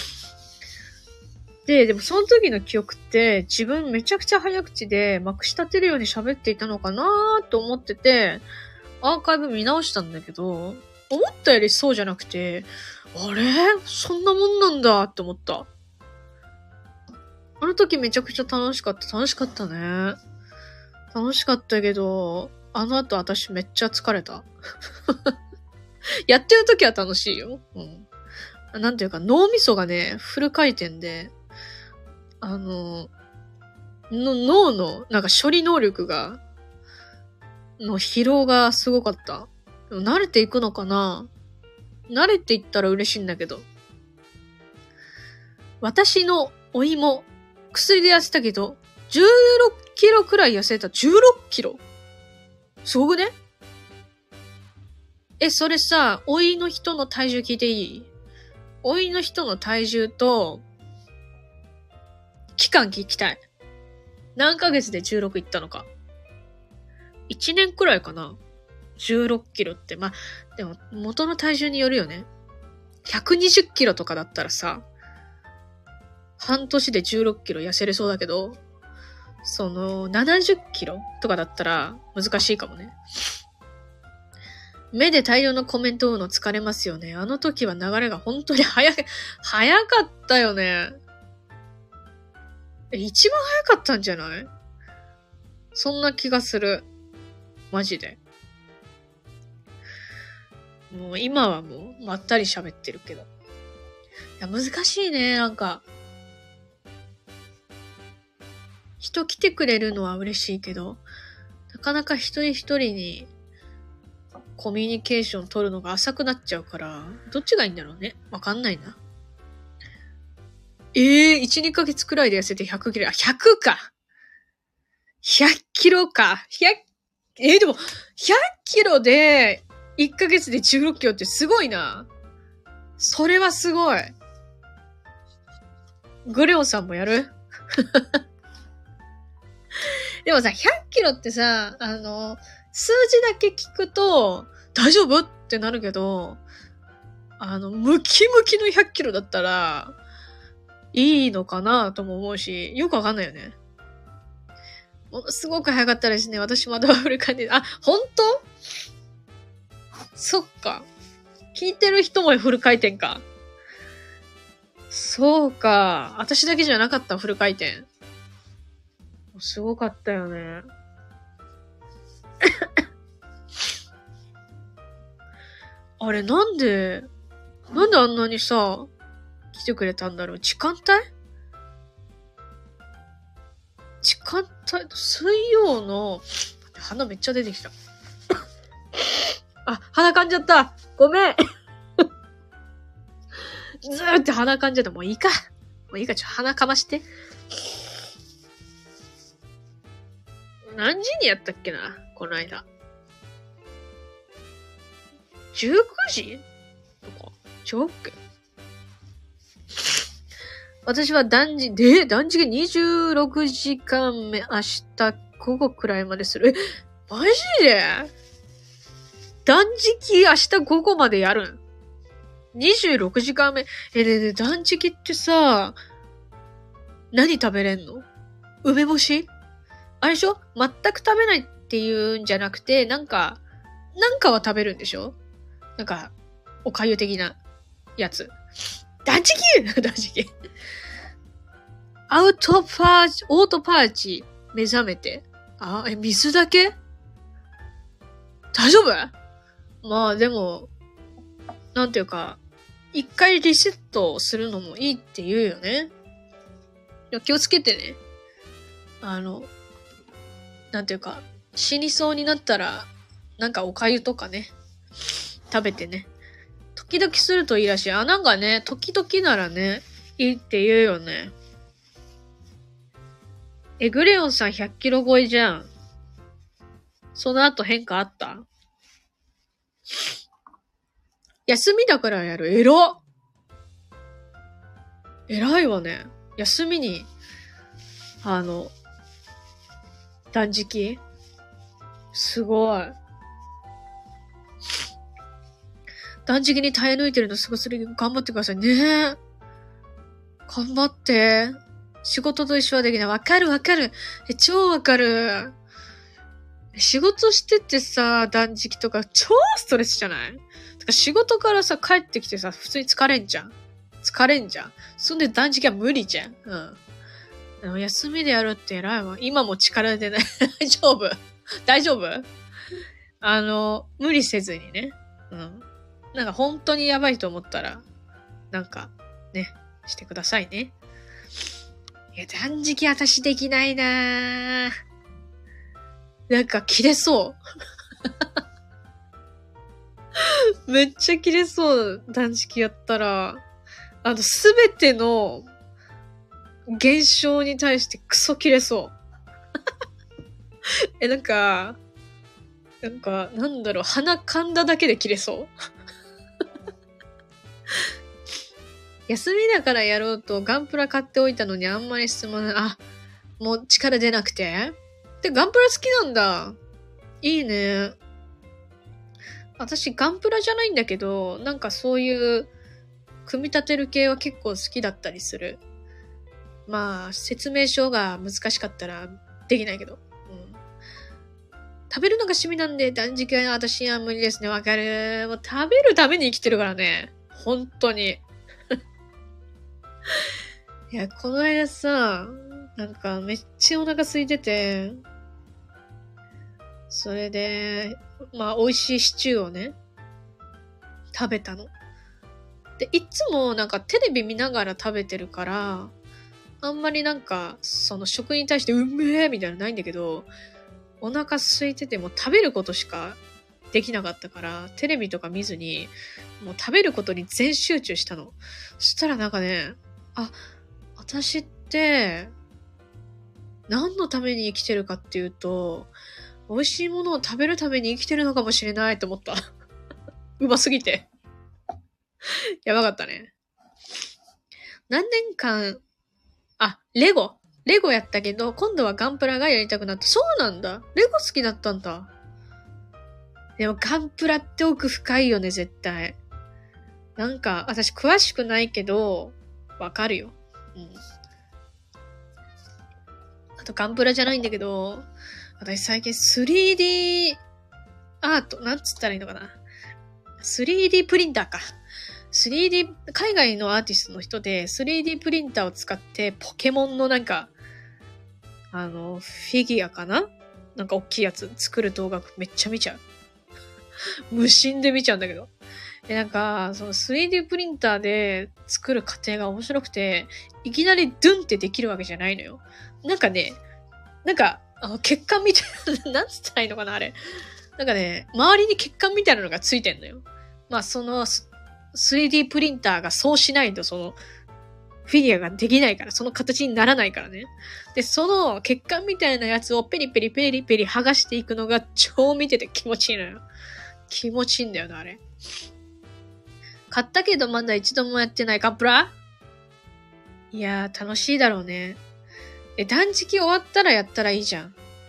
でもその時の記憶って自分めちゃくちゃ早口でまくし立てるように喋っていたのかなーと思ってて、アーカイブ見直したんだけど、思ったよりそうじゃなくて、あれそんなもんなんだって思った。あの時めちゃくちゃ楽しかったね。楽しかったけど、あの後私めっちゃ疲れた。やってる時は楽しいよ。うん。なんていうか脳みそがね、フル回転で、脳のなんか処理能力の疲労がすごかった。でも慣れていくのかな？慣れていったら嬉しいんだけど。私のお芋、薬で痩せたけど、16キロくらい痩せた。16キロ？すごくね？それさ、おいの人の体重聞いていい？おいの人の体重と、期間聞きたい。何ヶ月で16いったのか。1年くらいかな。16キロって。まあ、でも元の体重によるよね。120キロとかだったらさ、半年で16キロ痩せれそうだけど、その70キロとかだったら難しいかもね。目で大量のコメントを追うの疲れますよね。あの時は流れが本当に早かったよね。一番早かったんじゃない？ そんな気がする。マジで。もう今はもうまったり喋ってるけど。いや、難しいね、なんか。人来てくれるのは嬉しいけど、なかなか一人一人にコミュニケーション取るのが浅くなっちゃうから、どっちがいいんだろうね。わかんないな。1、2ヶ月くらいで痩せて100キロ。あ、100か。100キロか。でも、100キロで1ヶ月で16キロってすごいな。それはすごい。グレオンさんもやるでもさ、100キロってさ、数字だけ聞くと、大丈夫ってなるけど、ムキムキの100キロだったら、いいのかなとも思うし、よくわかんないよね。ものすごく早かったですね。私まだフル感じで。あ、本当？そっか。聞いてる人もフル回転か。そうか。私だけじゃなかった、フル回転。すごかったよね。あれ、なんであんなにさ、来てくれたんだろう。時間帯、水曜の、鼻めっちゃ出てきた。あ、鼻かんじゃった。ごめん。ずーって鼻かんじゃった。もういいか。ちょっと鼻かまして。何時にやったっけなこの間。19時とか違うっけ。私は断食26時間目、明日午後くらいまでする。マジで断食明日午後までやるん ?26 時間目。ね、断食ってさ、何食べれんの？梅干し？あれでしょ？全く食べないっていうんじゃなくて、なんかは食べるんでしょ？なんか、おかゆ的なやつ。断食断食。オートパーチ目覚めて。水だけ？大丈夫？まあでも、なんていうか、一回リセットするのもいいって言うよね。いや気をつけてね。なんていうか、死にそうになったら、なんかお粥とかね、食べてね。時々するといいらしい。なんかね、時々ならね、いいって言うよね。グレオンさん100キロ超えじゃん。その後変化あった？休みだからやる。偉いわね。休みに、断食？すごい。断食に耐え抜いてるのすごすぎる。頑張ってくださいね。頑張って。仕事と一緒はできない。わかる。超わかる。仕事しててさ、断食とか超ストレスじゃない？てか仕事からさ、帰ってきてさ、普通に疲れんじゃん。そんで断食は無理じゃん。でも休みでやるって偉いわ。今も力出ない。大丈夫無理せずにね。なんか本当にやばいと思ったら、なんか、ね、してくださいね。いや、断食私できないなぁ。なんか切れそう。めっちゃ切れそう。断食やったら。すべての現象に対してクソ切れそう。なんだろう、鼻噛んだだけで切れそう。休みだからやろうとガンプラ買っておいたのにあんまり進まない。もう力出なくて？で、ガンプラ好きなんだ。いいね。私ガンプラじゃないんだけど、なんかそういう組み立てる系は結構好きだったりする。まあ、説明書が難しかったらできないけど。食べるのが趣味なんで断食は私は無理ですね。わかる。もう食べるために生きてるからね。本当に。いや、この間さ、なんかめっちゃお腹空いてて、 それで、まあ美味しいシチューをね、食べたの。で、いつもなんかテレビ見ながら食べてるから、あんまりなんか、その食に対してうめえみたいなのないんだけど、お腹空いてても食べることしかできなかったから、テレビとか見ずに、もう食べることに全集中したの。そしたらなんかね、あ、私って、何のために生きてるかっていうと、美味しいものを食べるために生きてるのかもしれないと思った。うますぎて。やばかったね。何年間、レゴ。レゴやったけど、今度はガンプラがやりたくなった。そうなんだ。レゴ好きだったんだ。でもガンプラって奥深いよね、絶対。なんか、私詳しくないけど、わかるよ。うん。あとガンプラじゃないんだけど、私最近 3D アート、なんつったらいいのかな。3D プリンターか。3D、海外のアーティストの人で 3D プリンターを使ってポケモンのなんか、フィギュアかななんか大きいやつ作る動画めっちゃ見ちゃう。無心で見ちゃうんだけど。で、なんか、その 3D プリンターで作る過程が面白くて、いきなりドゥンってできるわけじゃないのよ。なんかね、血管みたいな、なんつったらいいのかな、あれ。なんかね、周りに血管みたいなのがついてんのよ。まあ、その 3D プリンターがそうしないと、その、フィギュアができないから、その形にならないからね。で、その血管みたいなやつをペリペリペリペリ剥がしていくのが超見てて気持ちいいのよ。気持ちいいんだよな、あれ。買ったけどまだ一度もやってないガンプラ？いやー、楽しいだろうね。断食終わったらやったらいいじゃん。うん。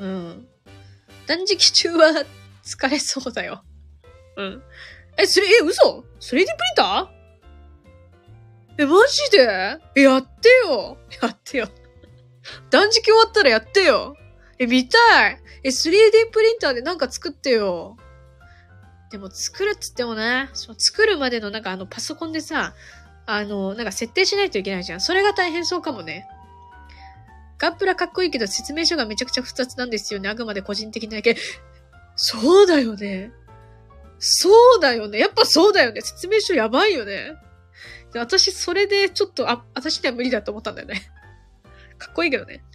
断食中は疲れそうだよ。うん。嘘？ 3D プリンター？マジで？やってよ。やってよ。断食終わったらやってよ。見たい。3D プリンターでなんか作ってよ。でも作るっつってもね、その作るまでのなんかパソコンでさ、なんか設定しないといけないじゃん。それが大変そうかもね。ガンプラかっこいいけど説明書がめちゃくちゃ複雑なんですよね。あくまで個人的な意見。そうだよね。そうだよね。やっぱそうだよね。説明書やばいよね。で私、それでちょっと、私には無理だと思ったんだよね。かっこいいけどね。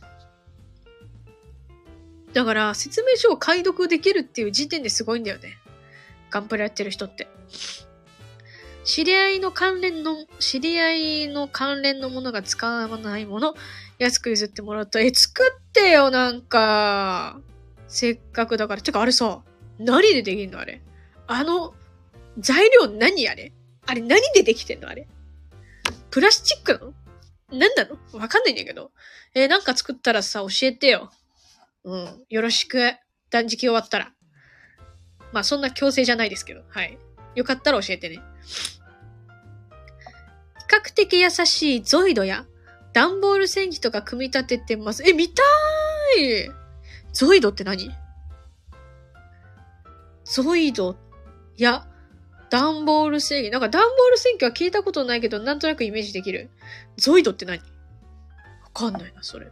だから、説明書を解読できるっていう時点ですごいんだよね。ガンプラやってる人って。知り合いの関連のものが使わないもの、安く譲ってもらうと、作ってよ、なんか。せっかくだから。てか、あれさ、何でできんのあれ。材料何あれあれ何でできてんのあれ。プラスチックなの？何なの？わかんないんだけど。なんか作ったらさ、教えてよ。うん。よろしく。断食終わったら。まあ、そんな強制じゃないですけど。はい。よかったら教えてね。比較的優しいゾイドや段ボール戦機とか組み立ててます。見たーい。ゾイドって何？ゾイドや段ボール戦機。なんか段ボール戦機は聞いたことないけど、なんとなくイメージできる。ゾイドって何？わかんないな、それ。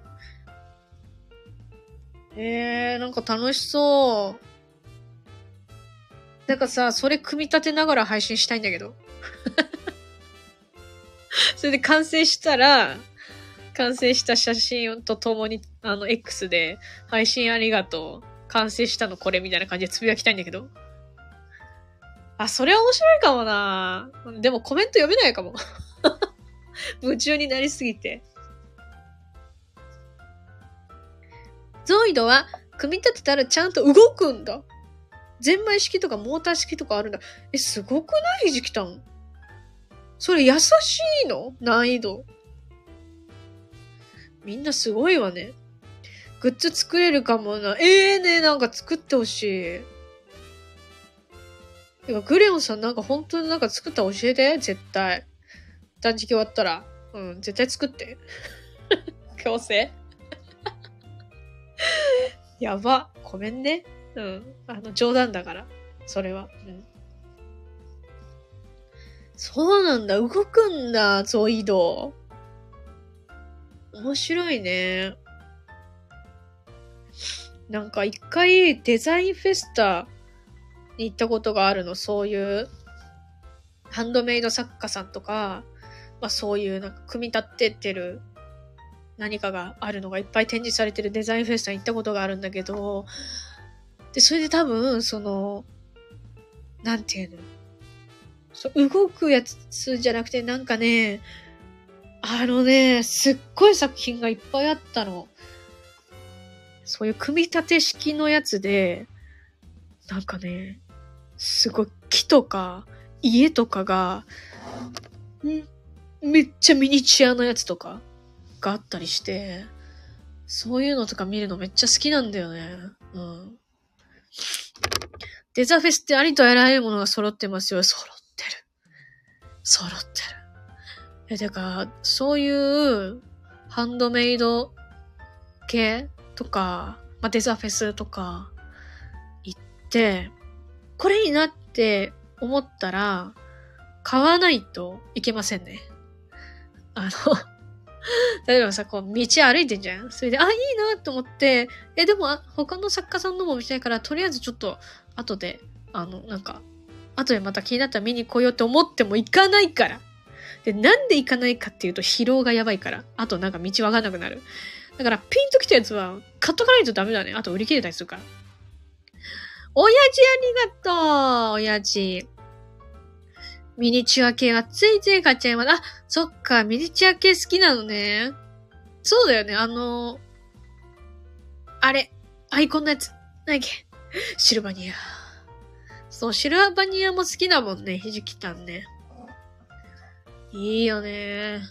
なんか楽しそう。なんかさ、それ組み立てながら配信したいんだけど。それで完成した写真とともに、X で、配信ありがとう。完成したのこれみたいな感じでつぶやきたいんだけど。それは面白いかもな。でもコメント読めないかも。夢中になりすぎて。ゾイドは、組み立てたらちゃんと動くんだ。ゼンマイ式とかモーター式とかあるんだ。すごくない時期たん。それ優しいの？難易度。みんなすごいわね。グッズ作れるかもな。ね、なんか作ってほしい。てか、グレオンさんなんか本当になんか作ったら教えて。絶対。断食終わったら。うん、絶対作って。強制やば。ごめんね。うん。冗談だから。それは。うん。そうなんだ。動くんだ。ゾイド。面白いね。 なんか一回デザインフェスタに行ったことがあるの。そういうハンドメイド作家さんとか、まあそういうなんか組み立ててる何かがあるのがいっぱい展示されてるデザインフェスタに行ったことがあるんだけど、で、それで多分、なんていうの、動くやつじゃなくてなんかね、すっごい作品がいっぱいあったの。そういう組み立て式のやつで、なんかね、すごい木とか家とかが、めっちゃミニチュアのやつとかがあったりして、そういうのとか見るのめっちゃ好きなんだよね。うん。デザフェスってありとあらゆるものが揃ってますよ。揃ってる。てか、そういうハンドメイド系とか、まあ、デザフェスとか行って、これいいなって思ったら、買わないといけませんね。例えばさ、こう、道歩いてんじゃん。それで、いいなと思って、でも、他の作家さんのも見たいから、とりあえずちょっと、後で、後でまた気になったら見に来ようと思っても行かないから。で、なんで行かないかっていうと、疲労がやばいから。あとなんか道わかんなくなる。だから、ピンときたやつは、買っとかないとダメだね。あと売り切れたりするから。親父ありがとう親父。ミニチュア系はついつい買っちゃいます。そっか、ミニチュア系好きなのね。そうだよね、あれ、アイコンのやつ。何だっけシルバニア。そう、シルバニアも好きだもんね、ひじきたんね。いいよね。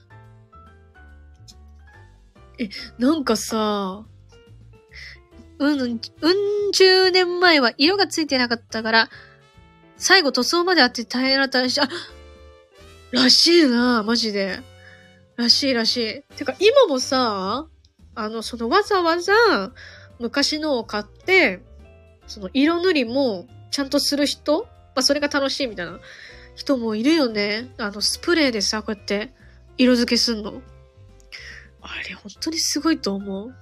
なんかさ、10年前は色がついてなかったから、最後塗装まであって大変だったらしい。らしいな、マジで。らしい。てか、今もさ、わざわざ、昔のを買って、色塗りも、ちゃんとする人、まあ、それが楽しいみたいな人もいるよね。スプレーでさ、こうやって、色付けすんの。あれ、本当にすごいと思う。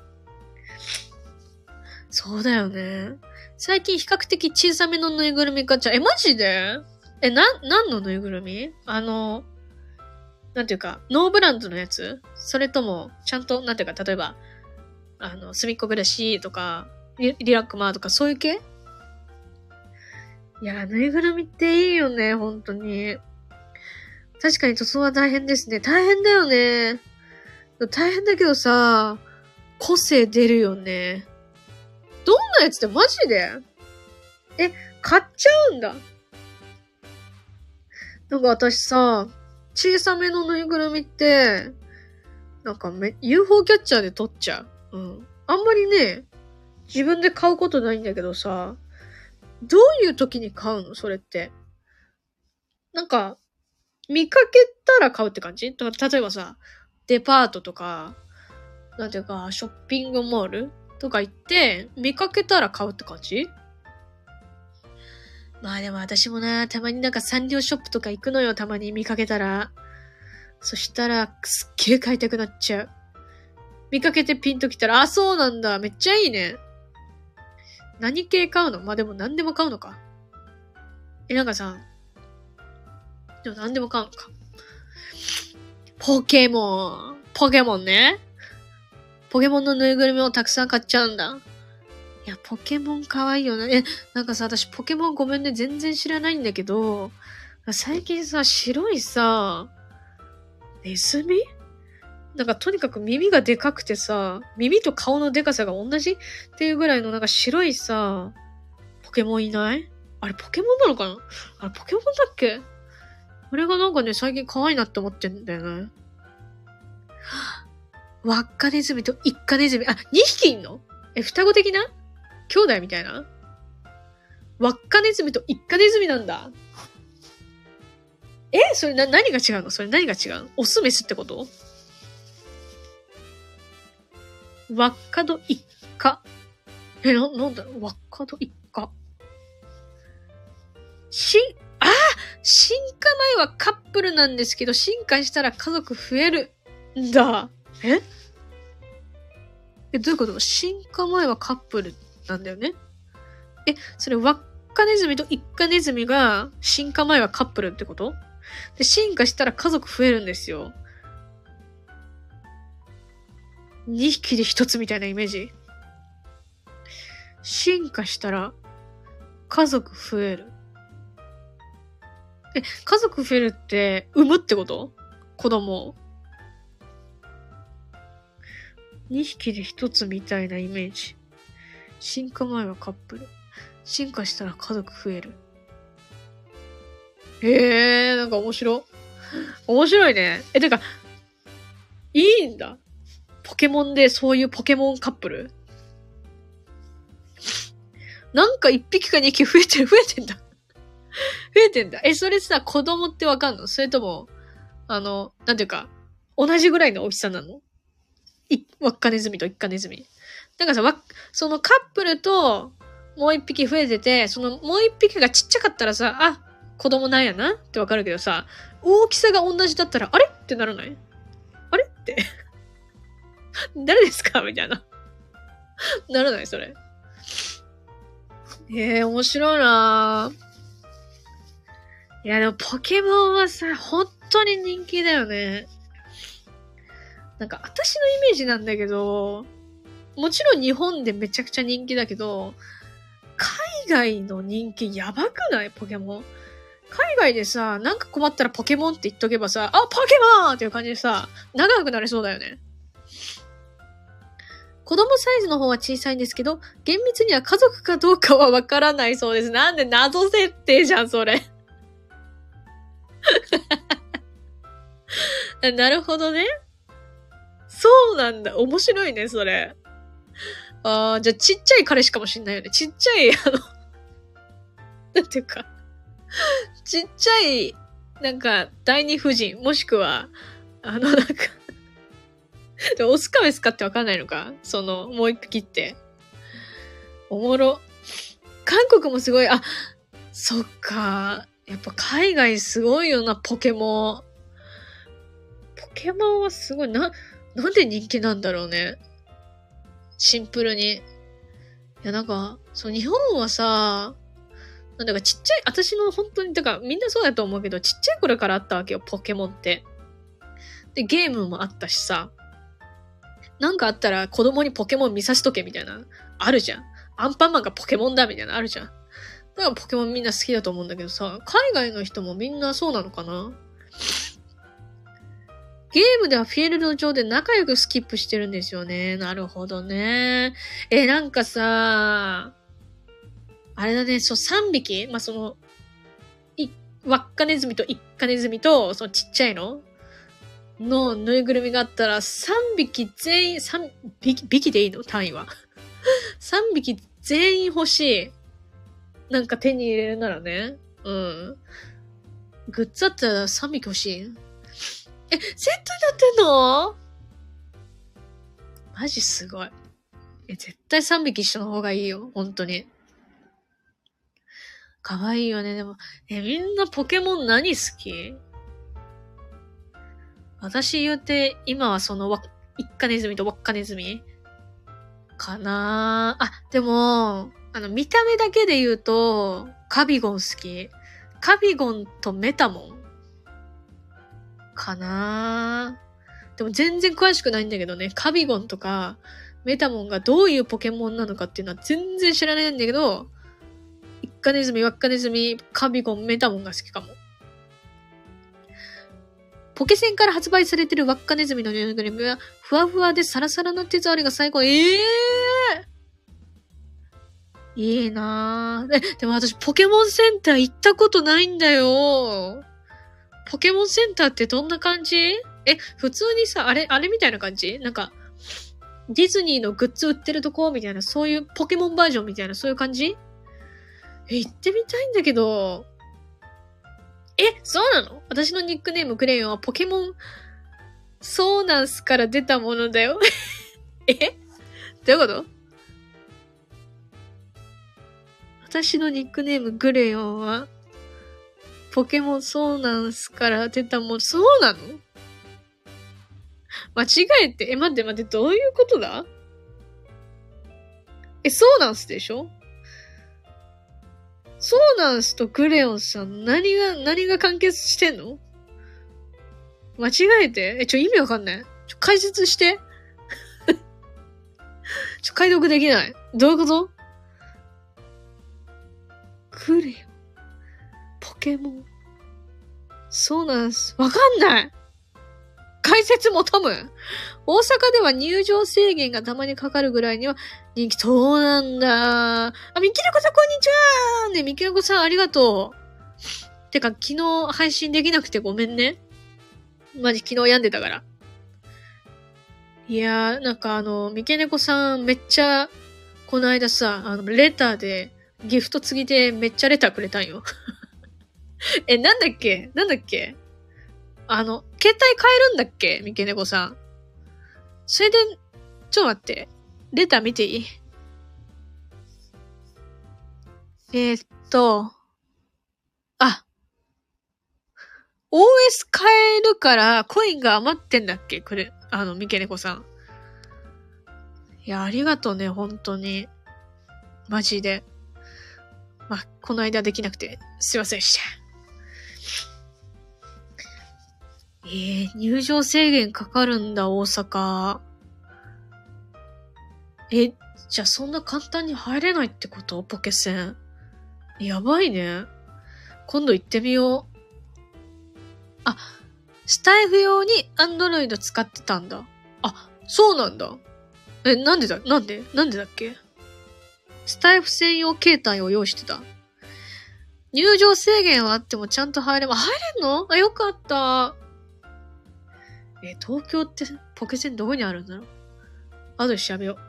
そうだよね。最近比較的小さめのぬいぐるみ買っちゃう。マジで何のぬいぐるみなんていうか、ノーブランドのやつそれとも、ちゃんと、なんていうか、例えば、すみっこ暮らしとか、リラックマーとか、そういう系いや、ぬいぐるみっていいよね、本当に。確かに塗装は大変ですね。大変だよね。大変だけどさ、個性出るよね。どんなやつってマジで買っちゃうんだ。なんか私さ、小さめのぬいぐるみって、なんかUFO キャッチャーで撮っちゃう。うん。あんまりね、自分で買うことないんだけどさ、どういう時に買うのそれって。なんか、見かけたら買うって感じ？だから例えばさ、デパートとか、なんていうか、ショッピングモールとか行って、見かけたら買うって感じ？まあでも私もな、たまになんかサンリオショップとか行くのよ、たまに見かけたら。そしたら、すっげえ買いたくなっちゃう。見かけてピンときたら、そうなんだ、めっちゃいいね。何系買うの？まあでも何でも買うのか。なんかさ、でも何でも買うのか。ポケモンね。ポケモンのぬいぐるみをたくさん買っちゃうんだ。いや、ポケモン可愛いよね。なんかさ、私ポケモンごめんね、全然知らないんだけど、最近さ、白いさ、ネズミ？なんかとにかく耳がでかくてさ、耳と顔のでかさが同じっていうぐらいのなんか白いさ、ポケモンいない？あれポケモンなのかな？あれポケモンだっけ？あれがなんかね、最近可愛いなって思ってんだよね。輪っかネズミと一家ネズミ。2匹いんの？双子的な？兄弟みたいな？輪っかネズミと一家ネズミなんだ。それ何が違うの？それ何が違うの？オスメスってこと？輪っかと一家。なんだろう？輪っかと一家。進化前はカップルなんですけど、進化したら家族増えるんだ。 どういうこと？進化前はカップルなんだよね。それ、ワッカネズミとイッカネズミが進化前はカップルってこと？で、進化したら家族増えるんですよ。2匹で1つみたいなイメージ。進化したら家族増える。家族増えるって産むってこと？子供。2匹で1つみたいなイメージ。進化前はカップル。進化したら家族増える。なんか面白いね。てか、いいんだ。ポケモンでそういうポケモンカップル？なんか1匹か2匹増えてんだ。増えてんだ。それさ、子供ってわかんの？それとも、なんていうか、同じぐらいの大きさなの？ワッカネズミとイッカネズミ。なんかさ、そのカップルと、もう一匹増えてて、そのもう一匹がちっちゃかったらさ、あ、子供なんやなってわかるけどさ、大きさが同じだったら、あれってならない？あれって。誰ですかみたいな。ならないそれ。面白いなぁ。いや、でもポケモンはさ、本当に人気だよね。なんか、私のイメージなんだけど、もちろん日本でめちゃくちゃ人気だけど、海外の人気やばくない？ポケモン。海外でさ、なんか困ったらポケモンって言っとけばさ、あ、ポケモンっていう感じでさ、長くなれそうだよね。子供サイズの方は小さいんですけど、厳密には家族かどうかはわからないそうです。なんで謎設定じゃん、それ。なるほどね。そうなんだ。面白いね、それ。じゃあちっちゃい彼氏かもしんないよね。ちっちゃい、なんていうか、ちっちゃい、なんか、第二夫人、もしくは、なんかでもオスかメスかってわかんないのか？もう一匹って。おもろ。韓国もすごい、そっか。やっぱ海外すごいよな、ポケモン。ポケモンはすごい、なんで人気なんだろうね。シンプルに。いや、なんか、日本はさ、なんだかちっちゃい、私の本当に、だからみんなそうだと思うけど、ちっちゃい頃からあったわけよ、ポケモンって。で、ゲームもあったしさ。なんかあったら子供にポケモン見さしとけみたいな、あるじゃん。アンパンマンがポケモンだみたいな、あるじゃん。だからポケモンみんな好きだと思うんだけどさ、海外の人もみんなそうなのかな？ゲームではフィールド上で仲良くスキップしてるんですよね。なるほどね。なんかさ、あれだね、3匹ワッカネズミとイッカネズミと、ちっちゃいののぬいぐるみがあったら、3匹全員、匹でいいの？単位は。3匹全員欲しい。なんか手に入れるならね。うん。グッズあったら3匹欲しい。セットになってんの？マジすごい。絶対3匹一緒の方がいいよ。本当に。かわいいよね。でも、みんなポケモン何好き？私言うて、今はイッカネズミとワッカネズミかなぁ。でも、見た目だけで言うと、カビゴン好き。カビゴンとメタモンかなぁ。でも全然詳しくないんだけどね、カビゴンとかメタモンがどういうポケモンなのかっていうのは全然知らないんだけど、イッカネズミ、ワッカネズミ、カビゴン、メタモンが好きかも。ポケセンから発売されてるワッカネズミのぬいぐるみは、ふわふわでサラサラの手触りが最高。いいなぁ。でも私、ポケモンセンター行ったことないんだよ。ポケモンセンターってどんな感じ？普通にさ、あれみたいな感じ？なんか、ディズニーのグッズ売ってるとこみたいな、そういうポケモンバージョンみたいな、そういう感じ？行ってみたいんだけど、そうなの？私のニックネームクレヨンはポケモン、そうなんすから出たものだよ。どういうこと？私のニックネームグレヨンは、ポケモンそうなんすから出たもの、そうなの？間違えて、待って、どういうことだ？ そうなんすでしょ？そうなんすとクレヨンさん、何が関係してんの？間違えて？意味わかんない。解説して。解読できない。どういうこと？クレヨン。ポケモン。そうなんす。わかんない。解説求む。大阪では入場制限がたまにかかるぐらいには人気。そうなんだ。みきねこさんこんにちは。ね、みきねこさんありがとう。てか、昨日配信できなくてごめんね。マジ昨日病んでたから。いやー、みきねこさんめっちゃ、この間さ、レターで、ギフト継ぎでめっちゃレターくれたんよ。なんだっけ携帯変えるんだっけみけねこさん。それで、ちょっと待って。レター見ていい？OS 変えるからコインが余ってんだっけみけねこさん。いや、ありがとうね、本当に。マジで。この間できなくて、すいませんでした。入場制限かかるんだ、大阪。じゃあそんな簡単に入れないってこと？ポケセン。やばいね。今度行ってみよう。スタイフ用にアンドロイド使ってたんだ。そうなんだ。なんでだっけ？スタイフ専用携帯を用意してた。入場制限はあってもちゃんと入れんの？よかった。東京ってポケセンどこにあるんだろう？後で調べよう。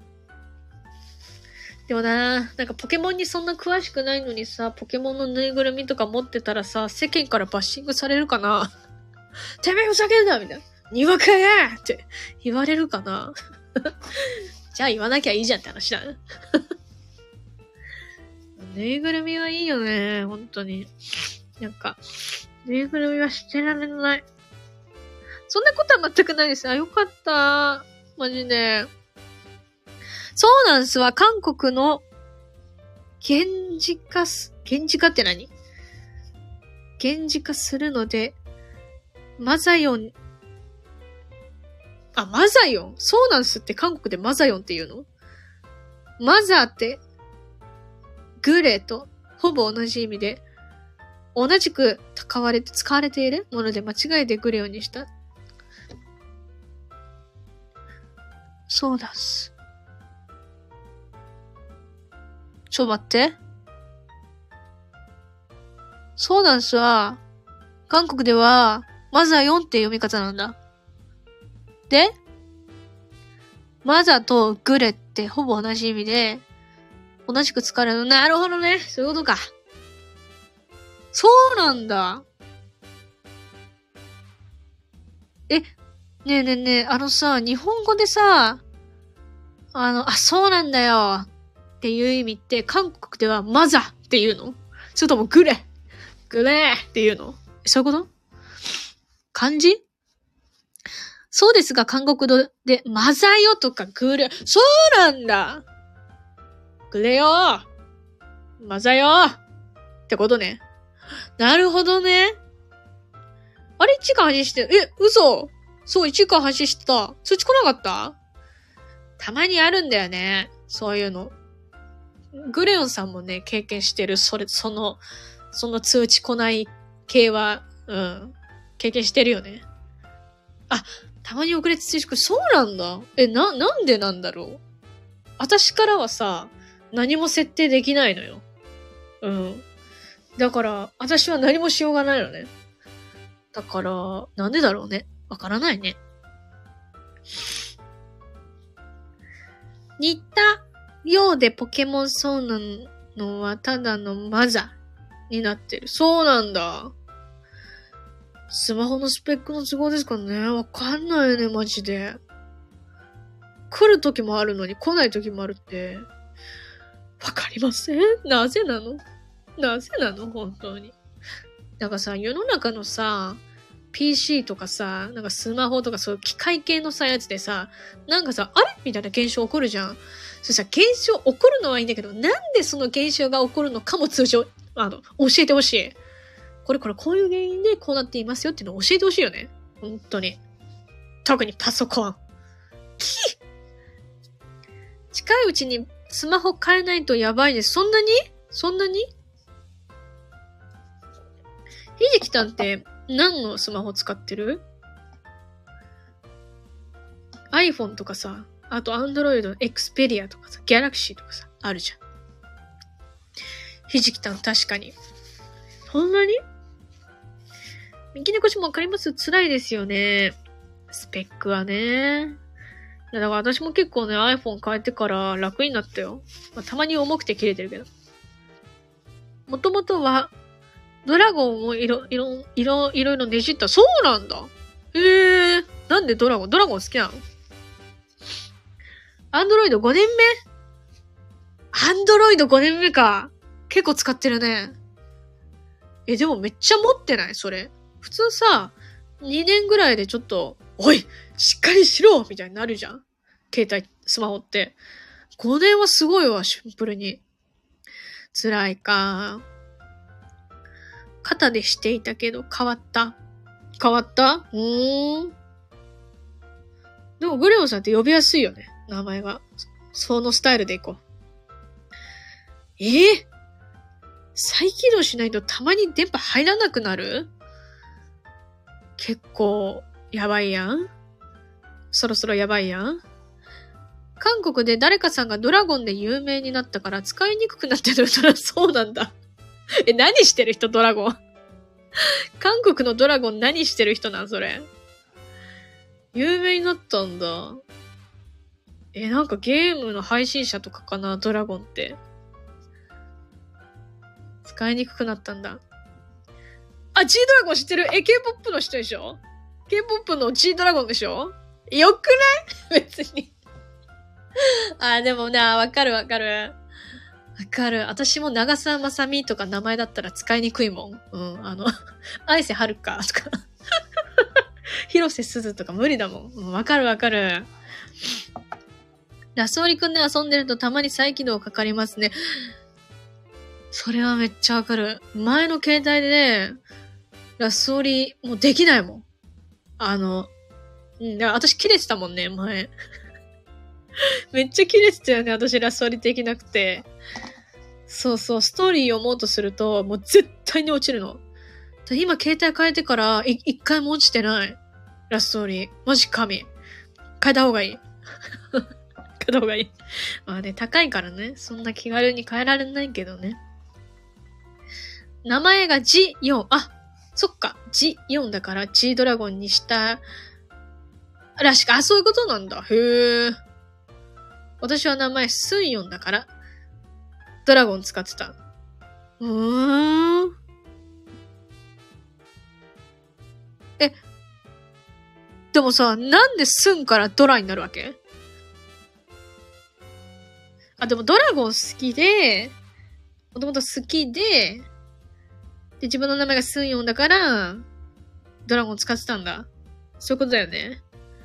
でもなんかポケモンにそんな詳しくないのにさ、ポケモンのぬいぐるみとか持ってたらさ、世間からバッシングされるかな？てめえふざけんなみたいな。にわかやって言われるかな？じゃあ言わなきゃいいじゃんって話だ。ぬいぐるみはいいよね、本当に。ぬいぐるみは捨てられない。そんなことは全くないです。よかった。マジで。そうなんすわ。韓国の現実化って何？現実化するので、マザヨン。マザヨン。そうなんすって韓国でマザヨンって言うの？マザーって、グレーとほぼ同じ意味で、同じく使われているもので間違いでグレーにした。そうだっす。ちょ待って。そうなんすわ。韓国では、マザー4って読み方なんだ。で、マザーとグレってほぼ同じ意味で、同じく使われる。なるほどね。そういうことか。そうなんだ。ねえ、日本語でさ、そうなんだよ。っていう意味って、韓国ではマザーっていうの？それともグレっていうの？そういうこと？漢字？そうですが、韓国語でマザよとかグレ。そうなんだ。グレよマザよってことね。なるほどね。あれ、1時間発信してる。嘘？そう、1時間発信してた。通知来なかった？たまにあるんだよね。そういうの。グレヨンさんもね、経験してる。その通知来ない系は、経験してるよね。たまに遅れて通知来る。そうなんだ。なんでなんだろう。私からはさ、何も設定できないのよ。だから、私は何もしようがないのね。だから、なんでだろうね。わからないね。似たようでポケモンそうなのはただのマザになってる。そうなんだ。スマホのスペックの都合ですかね。わかんないよね、マジで。来る時もあるのに来ない時もあるって。わかりません。なぜなの本当に。世の中のさ、PC とかさ、スマホとかそういう機械系のさ、やつでさ、あれみたいな現象起こるじゃん。 そしたら現象起こるのはいいんだけど、なんでその現象が起こるのかも通常、教えてほしい。これこういう原因でこうなっていますよっていうのを教えてほしいよね。本当に。特にパソコン。近いうちにスマホ変えないとやばいです。そんなにひじきたんって何のスマホ使ってる？ iPhone とかさ、あと Android の Xperia とかさ、Galaxy とかさ、あるじゃん。ひじきたん確かに。そんなに？みきねこしもわかります？辛いですよね。スペックはね。いや、だから私も結構ね、iPhone 変えてから楽になったよ。まあ、たまに重くて切れてるけど。もともとは、ドラゴンをいろいろねじった。そうなんだ。なんでドラゴン好きなの？アンドロイド5年目？アンドロイド5年目か。結構使ってるね。でもめっちゃ持ってないそれ。普通さ、2年ぐらいでちょっと、おいしっかりしろみたいになるじゃん。携帯、スマホって。5年はすごいわ、シンプルに。辛いか。肩でしていたけど変わった？でもグレオさんって呼びやすいよね。名前が。そのスタイルでいこう。再起動しないとたまに電波入らなくなる？結構、やばいやん。そろそろやばいやん。韓国で誰かさんがドラゴンで有名になったから使いにくくなってるらそうなんだ。何してる人ドラゴン。韓国のドラゴン何してる人なんそれ。有名になったんだ。なんかゲームの配信者とかかな、ドラゴンって。使いにくくなったんだ。G ドラゴン知ってるK-POP の人でしょ？ K-POP の G ドラゴンでしょ？よくない別に。でもな、わかる。私も長澤まさみとか名前だったら使いにくいもん。綾瀬はるかとか。広瀬すずとか無理だもん。わかる。ラソーリくんで遊んでるとたまに再起動かかりますね。それはめっちゃわかる。前の携帯で、ラソーリもうできないもん。私切れてたもんね、前。めっちゃ切れてたよね、私ラソーリできなくて。そう、ストーリー読もうとすると、もう絶対に落ちるの。今携帯変えてから、一回も落ちてない。ラストーリー。マジ神。変えた方がいい。まあね、高いからね。そんな気軽に変えられないけどね。名前が G4。そっか。G4 だから G ドラゴンにしたらしく。そういうことなんだ。へー。私は名前スンヨンだから、ドラゴン使ってた。でもさ、なんでスンからドラになるわけ？でもドラゴン好きで、もともと好きで、自分の名前がスンヨンだから、ドラゴン使ってたんだ。そういうことだよね。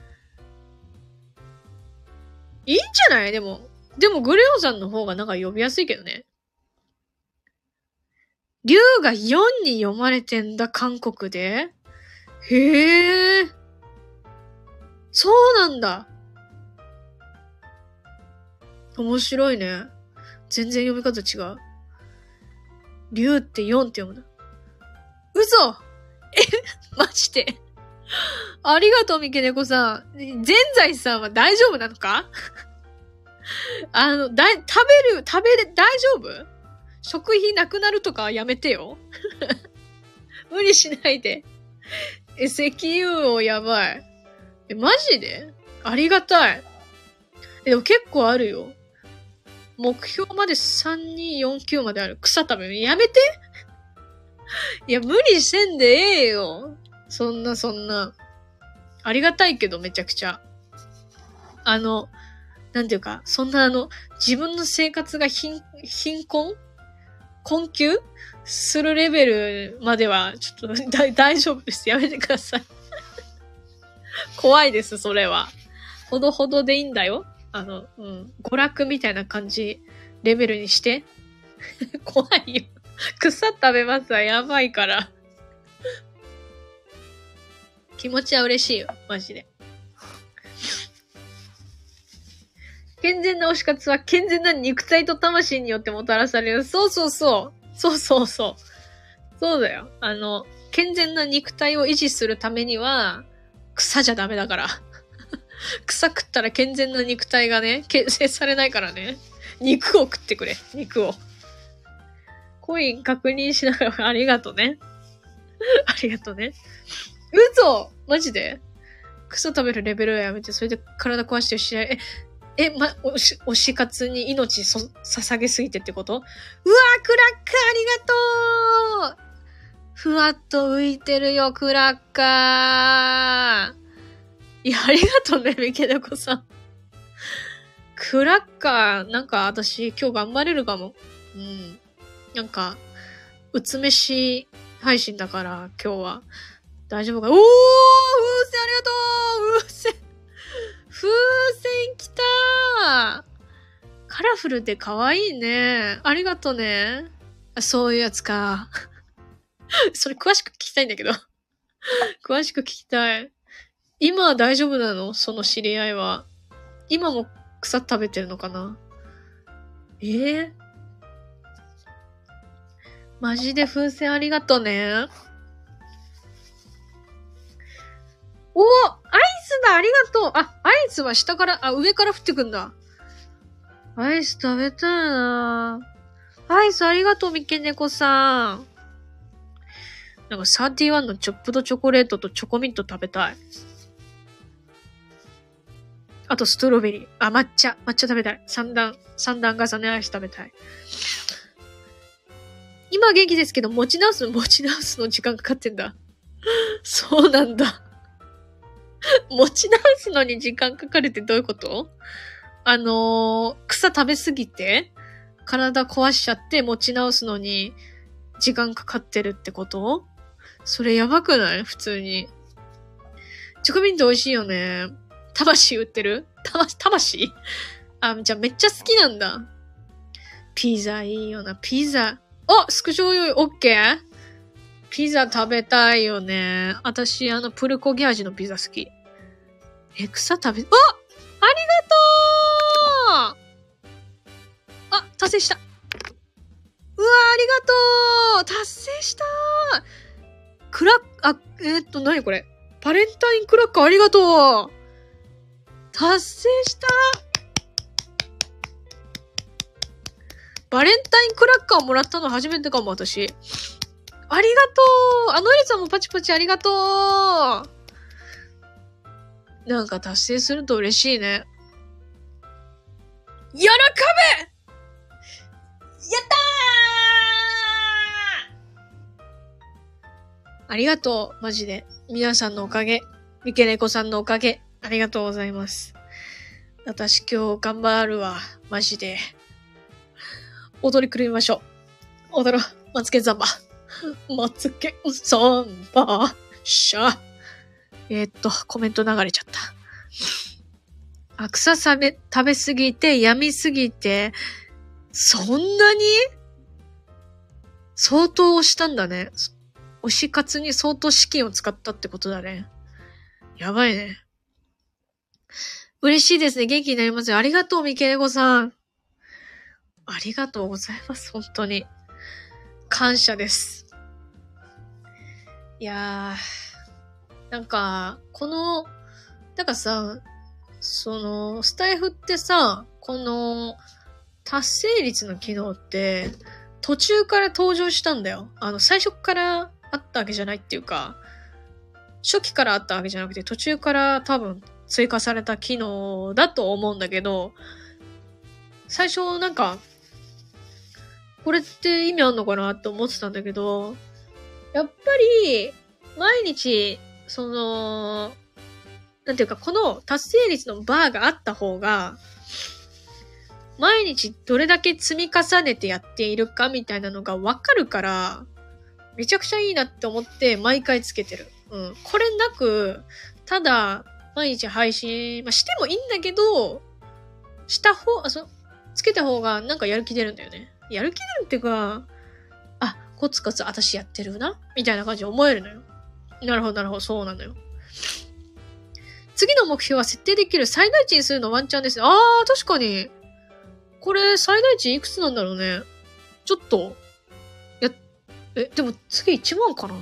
いいんじゃない？でもグレオさんの方がなんか呼びやすいけどね。竜が4に読まれてんだ、韓国で。へー。そうなんだ。面白いね。全然読み方違う。竜って4って読むな。嘘！マジで。ありがとう、みけねこさん。全財さんは大丈夫なのか？食べ大丈夫？食費なくなるとかはやめてよ。無理しないで。石油王やばい。マジで？ありがたい。でも結構あるよ。目標まで3249まである。草食べる。やめて。いや、無理せんでええよ。そんな。ありがたいけど、めちゃくちゃ。なんていうか、そんな自分の生活が貧困困窮するレベルまでは、ちょっと大丈夫です。やめてください。怖いです、それは。ほどほどでいいんだよ。 娯楽みたいな感じ、レベルにして。怖いよ。草食べますわ、やばいから。気持ちは嬉しいよ、マジで。健全な推し活は健全な肉体と魂によってもたらされる。そうそうそう。そうそうそう。そうだよ。健全な肉体を維持するためには、草じゃダメだから。草食ったら健全な肉体がね、形成されないからね。肉を食ってくれ。肉を。コイン確認しながらありがとね。ありがとね。嘘マジで草食べるレベルはやめて、それで体壊してる試合。推し活に命捧げすぎてってこと？うわー、クラッカーありがとう！ふわっと浮いてるよ、クラッカー。いや、ありがとうね、ミケネコさん。クラッカー、なんか私今日頑張れるかも。うん。なんか、うつ飯配信だから今日は大丈夫か。おー！風船ありがとう！風船来たー！カラフルで可愛いね。ありがとね。そういうやつか。それ詳しく聞きたいんだけど。詳しく聞きたい。今は大丈夫なの？その知り合いは。今も草食べてるのかな？マジで風船ありがとね。おー！アイスだ！ありがとう！あ、アイスは下から、上から降ってくんだ。アイス食べたいなぁ。アイスありがとう、みけねこさん。なんか31のチョップドチョコレートとチョコミント食べたい。あとストロベリー。抹茶食べたい。三段重ねアイス食べたい。今は元気ですけど、持ち直すの時間かかってんだ。そうなんだ。持ち直すのに時間かかるってどういうこと？草食べすぎて、体壊しちゃって持ち直すのに時間かかってるってこと？それやばくない？普通に。チョコミント美味しいよね。魂売ってる？魂？じゃあめっちゃ好きなんだ。ピザいいよな。ピザ。スクショ用意オッケー？ピザ食べたいよね。私、プルコギ味のピザ好き。草食べ、ありがとう！達成した。うわありがとう！達成したー！なにこれ？バレンタインクラッカーありがとう！達成したバレンタインクラッカーもらったの初めてかも、私。ありがとう！エリさんもパチパチありがとう！なんか達成すると嬉しいね。喜べ！やったー！ありがとう、マジで。皆さんのおかげ。みけねこさんのおかげ。ありがとうございます。私今日頑張るわ。マジで。踊り狂いましょう。踊ろう。マツケンサンバ。マツケンサンバ。しゃ。コメント流れちゃった。草食べすぎて、病みすぎて、そんなに相当押したんだね。推し活に相当資金を使ったってことだね。やばいね。嬉しいですね。元気になりますよ。ありがとう、みけねこさん。ありがとうございます。本当に。感謝です。いやー、なんかさ、スタイフってさ、この、達成率の機能って、途中から登場したんだよ。最初からあったわけじゃないっていうか、初期からあったわけじゃなくて、途中から多分追加された機能だと思うんだけど、最初なんか、これって意味あんのかなって思ってたんだけど、やっぱり、毎日、なんていうか、この達成率のバーがあった方が、毎日どれだけ積み重ねてやっているかみたいなのがわかるから、めちゃくちゃいいなって思って毎回つけてる。これなく、ただ、毎日配信、してもいいんだけど、 つけた方がなんかやる気出るんだよね。やる気出るっていうか、あ、コツコツ私やってるなみたいな感じで思えるのよ。なるほど、なるほど、そうなのよ。次の目標は設定できる最大値にするのワンチャンですね。あー、確かに。これ最大値いくつなんだろうね。ちょっと、でも次1万かな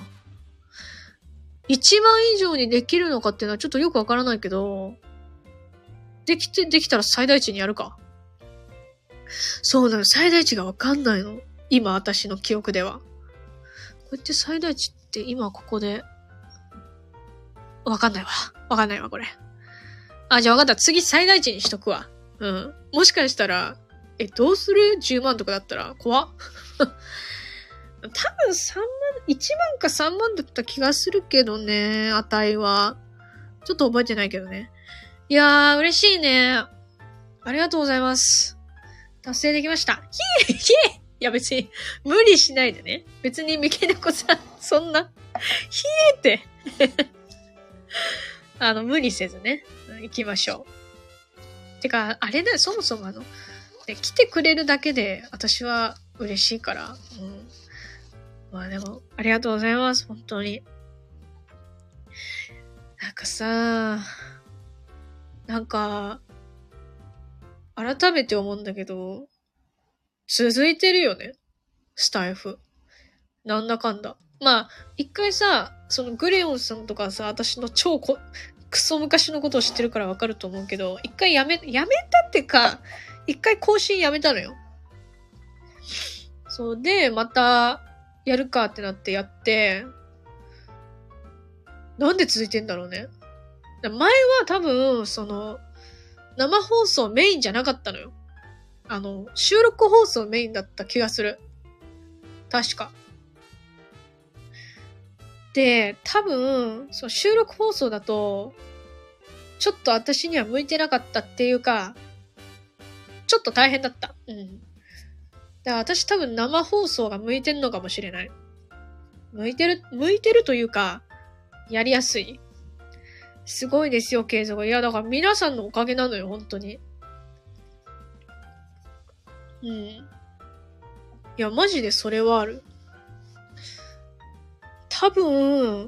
?1 万以上にできるのかっていうのはちょっとよくわからないけど、できたら最大値にやるか。そうなの、最大値がわかんないの。今、私の記憶では。こうやって最大値って今ここで、わかんないわ、これ。あ、じゃあわかった。次最大値にしとくわ。うん。もしかしたら、どうする ?10 万とかだったら怖っ。多分3万、1万か3万だった気がするけどね、値は。ちょっと覚えてないけどね。いやー、嬉しいね。ありがとうございます。達成できました。ひえいや別に、無理しないでね。別に三毛猫さん、そんな、ひえって。無理せずね、行きましょう。てか、あれだよ、そもそも来てくれるだけで、私は嬉しいから。うん。まあでも、ありがとうございます、本当に。なんかさ、改めて思うんだけど、続いてるよね。スタイフ。なんだかんだ。まあ、一回さ、そのグレオンさんとかさ、私のクソ昔のことを知ってるからわかると思うけど、一回やめたってか、一回更新やめたのよ。そうで、また、やるかってなってやって、なんで続いてんだろうね。前は多分、生放送メインじゃなかったのよ。収録放送メインだった気がする。確か。で、多分、収録放送だと、ちょっと私には向いてなかったっていうか、ちょっと大変だった。うん。だから私多分生放送が向いてんのかもしれない。向いてるというか、やりやすい。すごいですよ、継続。いや、だから皆さんのおかげなのよ、本当に。うん。いや、マジでそれはある。多分、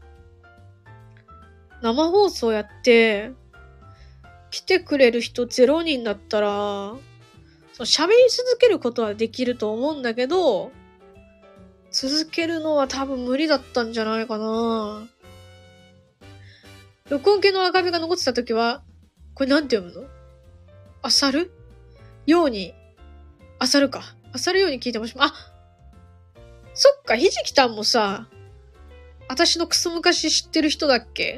生放送やって、来てくれる人0人だったら、喋り続けることはできると思うんだけど、続けるのは多分無理だったんじゃないかな。録音系のアーカイブが残ってた時は、これなんて読むの？あさるように、あさるか。あさるように聞いてもしま、そっか、ひじきたんもさ、私のクソ昔知ってる人だっけ？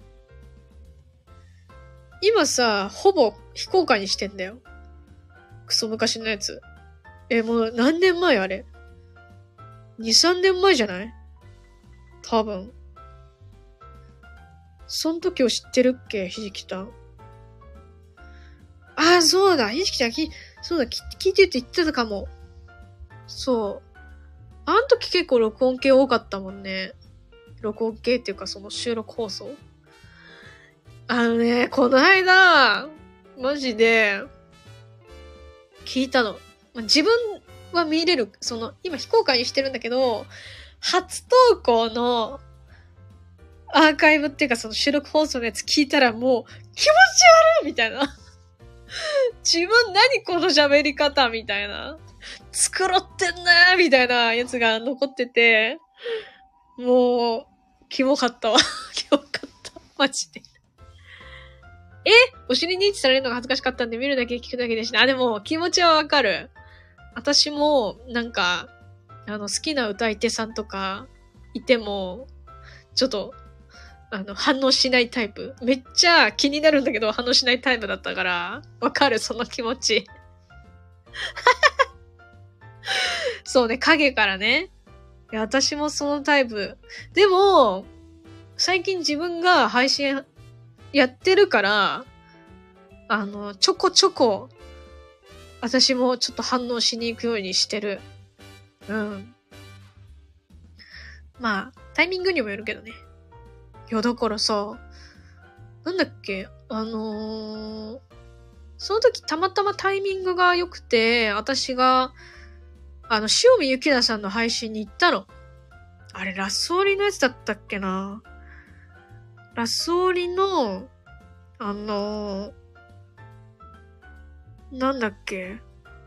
今さ、ほぼ非公開にしてんだよ。クソ昔のやつ。もう何年前あれ？ 2、3年前じゃない？多分。その時を知ってるっけ？ひじきたん。そうだ。ひじきちゃんそうだ。聞いてるって言ってたかも。そう。あの時結構録音系多かったもんね。録音系っていうか収録放送。この間、マジで、聞いたの。自分は見れる、今非公開にしてるんだけど、初投稿のアーカイブっていうか収録放送のやつ聞いたらもう気持ち悪いみたいな。自分何この喋り方みたいな。繕ってんなーみたいなやつが残ってて、もう、キモかったわ。キモかった。マジで。お尻に位置されるのが恥ずかしかったんで見るだけ聞くだけでした。でも気持ちはわかる。私も、好きな歌い手さんとかいても、ちょっと、反応しないタイプ。めっちゃ気になるんだけど反応しないタイプだったから、わかる、その気持ち。そうね、影からね。いや、私もそのタイプ。でも、最近自分が配信やってるから、ちょこちょこ、私もちょっと反応しに行くようにしてる。うん。まあ、タイミングにもよるけどね。いや、だからさ、なんだっけ、 その時たまたまタイミングが良くて、私が、塩見ゆきださんの配信に行ったの。あれ、ラスオリのやつだったっけな。ラスオリの、なんだっけ。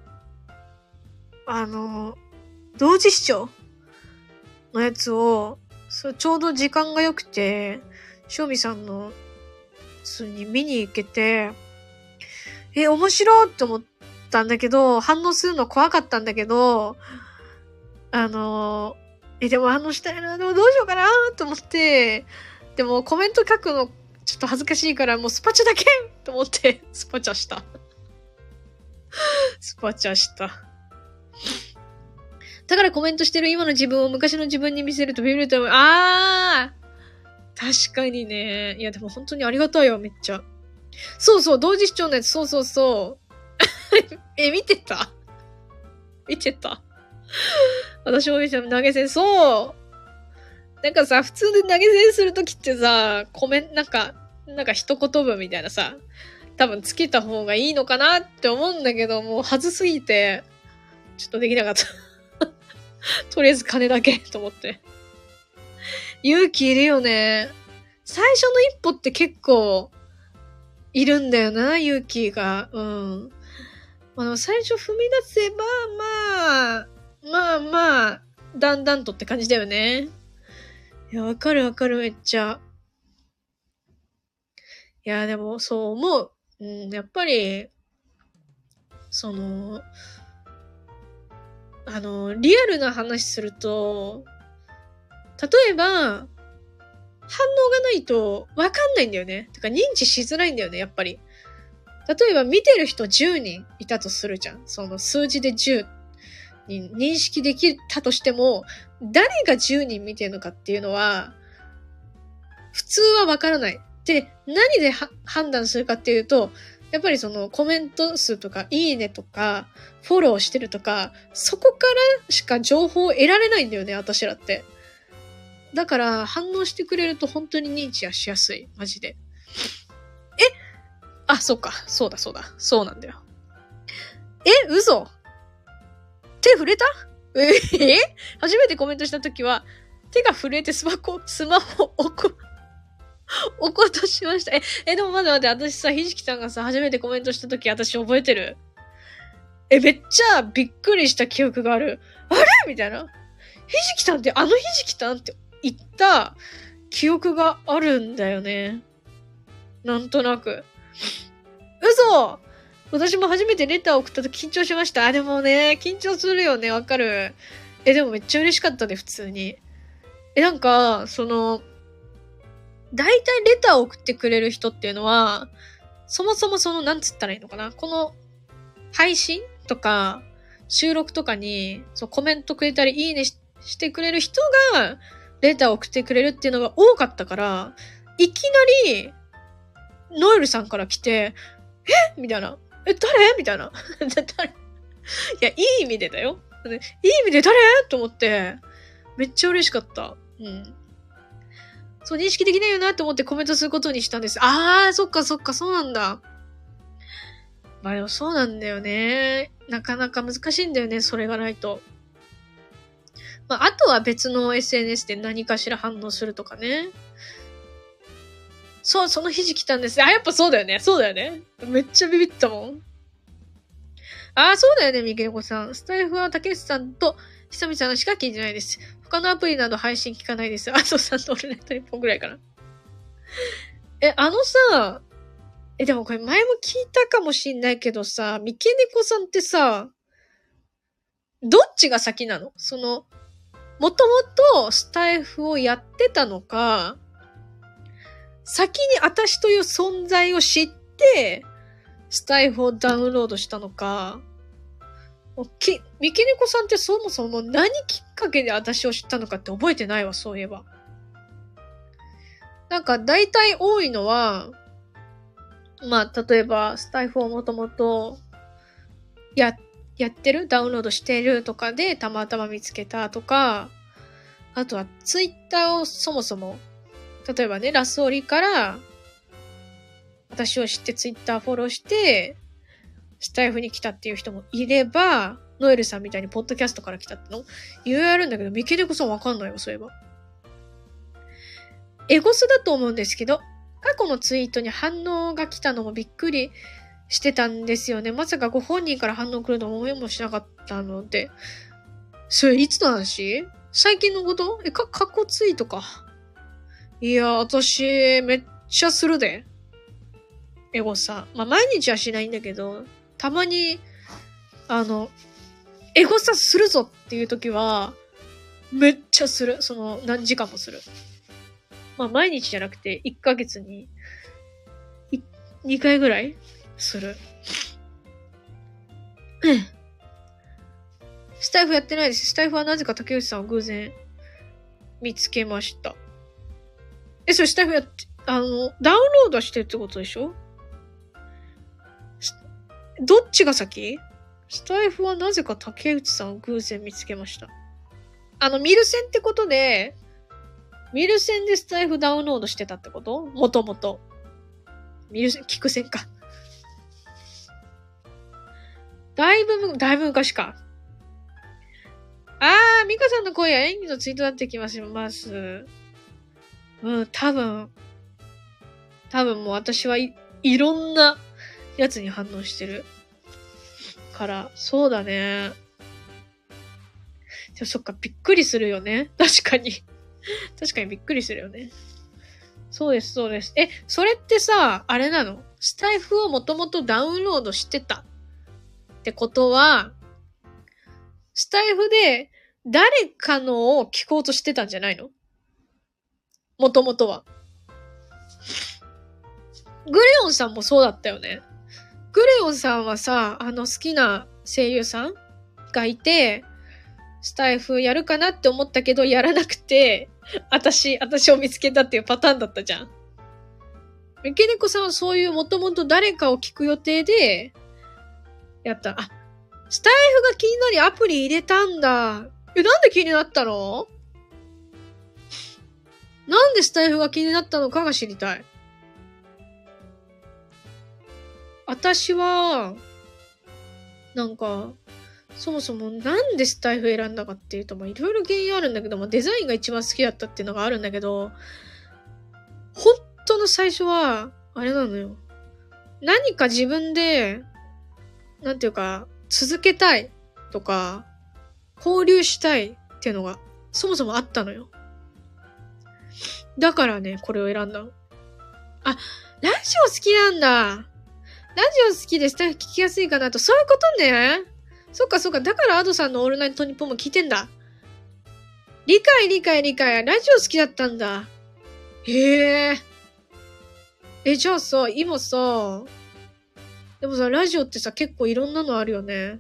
同時視聴のやつを、ちょうど時間が良くて、塩見さんのやつに見に行けて、面白いって思ったんだけど、反応するの怖かったんだけど、でも反応したいな、でもどうしようかなと思って、でもコメント書くのちょっと恥ずかしいからもうスパチャだけと思ってスパチャした。スパチャした。だからコメントしてる今の自分を昔の自分に見せるとビビると思う。確かにね。いやでも本当にありがたいよ、めっちゃ。そうそう、同時視聴のやつ、そうそうそう。見てた私も見てた、投げ銭、そうなんかさ、普通で投げ銭するときってさ、なんか一言文みたいなさ、多分つけた方がいいのかなって思うんだけど、もう恥ずすぎて、ちょっとできなかった。とりあえず金だけと思って。勇気いるよね。最初の一歩って結構、いるんだよな、勇気が。うん。最初踏み出せば、まあ、だんだんとって感じだよね。いや、わかるめっちゃ。いや、でも、そう思う。やっぱり、リアルな話すると、例えば、反応がないとわかんないんだよね。てか認知しづらいんだよね、やっぱり。例えば見てる人10人いたとするじゃん。その数字で10に認識できたとしても、誰が10人見てるのかっていうのは、普通はわからない。で、何で判断するかっていうと、やっぱりそのコメント数とか、いいねとか、フォローしてるとか、そこからしか情報を得られないんだよね、私らって。だから反応してくれると本当に認知はしやすい。マジで。そっか。そうだ。そうなんだよ。嘘手触れた初めてコメントしたときは、手が震えてスマホ置こうとしました。でも待って、私さ、ひじきさんがさ、初めてコメントしたとき、私覚えてる？めっちゃびっくりした記憶がある。あれみたいな。ひじきさんってひじきさんって言った記憶があるんだよね。なんとなく。嘘！私も初めてレターを送ったと緊張しました。でもね、緊張するよね、わかる。でもめっちゃ嬉しかったね、普通に。なんか、大体レターを送ってくれる人っていうのは、そもそもなんつったらいいのかな、この、配信とか、収録とかに、コメントくれたり、いいねしてくれる人が、レターを送ってくれるっていうのが多かったから、いきなり、ノエルさんから来て、みたいな。誰みたいな。誰いや、いい意味でだよ。いい意味で誰と思って、めっちゃ嬉しかった。そう、認識できないよなって思ってコメントすることにしたんです。そっか、そうなんだ。まあでもそうなんだよね。なかなか難しいんだよね、それがないと。あとは別の SNS で何かしら反応するとかね。そう、その日来たんです。やっぱそうだよね。めっちゃビビったもん。そうだよね、みけねこさん。スタイフは竹内さんとひさみさんしか聞いてないです。他のアプリなど配信聞かないです。そうさんと俺の一本ぐらいかな。さ、でもこれ前も聞いたかもしんないけどさ、みけねこさんってさ、どっちが先なの？もともとスタイフをやってたのか、先に私という存在を知って、スタイフをダウンロードしたのか、みけねこさんってそもそも何きっかけで私を知ったのかって覚えてないわ、そういえば。なんか大体多いのは、例えば、スタイフをもともとやってる？ダウンロードしてるとかでたまたま見つけたとか、あとはツイッターをそもそも、例えばね、ラスオリから私を知ってツイッターフォローして、 スタイフに来たっていう人もいれば、ノエルさんみたいにポッドキャストから来たってのいろいろあるんだけど、三毛猫さんわかんないよ、そういえば。エゴスだと思うんですけど、過去のツイートに反応が来たのもびっくりしてたんですよね。まさかご本人から反応来ると思いもしなかったので。それいつの話？最近のこと？過去ツイートか。いや、私、めっちゃするで。エゴサ。まあ、毎日はしないんだけど、たまに、エゴサするぞっていう時は、めっちゃする。何時間もする。まあ、毎日じゃなくて、1ヶ月に、2回ぐらいする。スタイフやってないです。スタイフはなぜか竹内さんを偶然見つけました。それスタイフやって、ダウンロードしてってことでしょ？どっちが先？スタイフはなぜか竹内さんを偶然見つけました。ミルセンってことで、ミルセンでスタイフダウンロードしてたってこと？もともと。ミルセン、キクセンか。だいぶ昔か。ミカさんの声や演技のツイートだってきます。多分もう私はいろんなやつに反応してる。から、そうだね。でもそっか、びっくりするよね。確かにびっくりするよね。そうです。それってさ、あれなの？スタイフをもともとダウンロードしてたってことは、スタイフで誰かのを聞こうとしてたんじゃないの？もともとは。グレオンさんもそうだったよね。グレオンさんはさ、好きな声優さんがいて、スタイフやるかなって思ったけど、やらなくて、私を見つけたっていうパターンだったじゃん。三毛猫さんはそういうもともと誰かを聞く予定で、やった。スタイフが気になりアプリ入れたんだ。なんで気になったの？なんでスタイフが気になったのかが知りたい。私は、そもそもなんでスタイフ選んだかっていうと、いろいろ原因あるんだけど、デザインが一番好きだったっていうのがあるんだけど、本当の最初は、あれなのよ。何か自分で、続けたいとか、交流したいっていうのが、そもそもあったのよ。だからね、これを選んだの。ラジオ好きなんだ。ラジオ好きでスタイフ聞きやすいかなと、そういうことね。そっか。だからアドさんのオールナイトニッポンも聞いてんだ。理解。ラジオ好きだったんだ。へえ。じゃあさ、今さ、でもさ、ラジオってさ、結構いろんなのあるよね。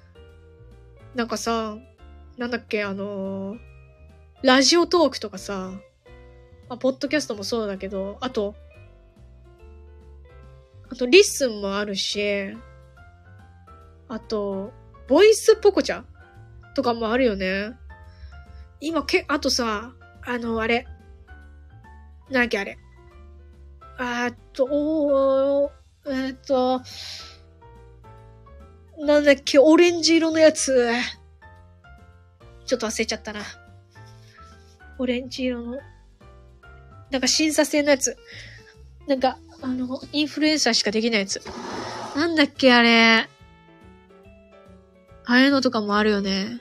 なんだっけ、ラジオトークとかさ、ポッドキャストもそうだけど、あと、リッスンもあるし、あと、ボイスポコチャとかもあるよね。今、あとさ、あれ。なんだっけ、あれ。なんだっけ、オレンジ色のやつ。ちょっと忘れちゃったな。オレンジ色の。審査制のやつ。インフルエンサーしかできないやつ。なんだっけ、あれ。ああいうのとかもあるよね。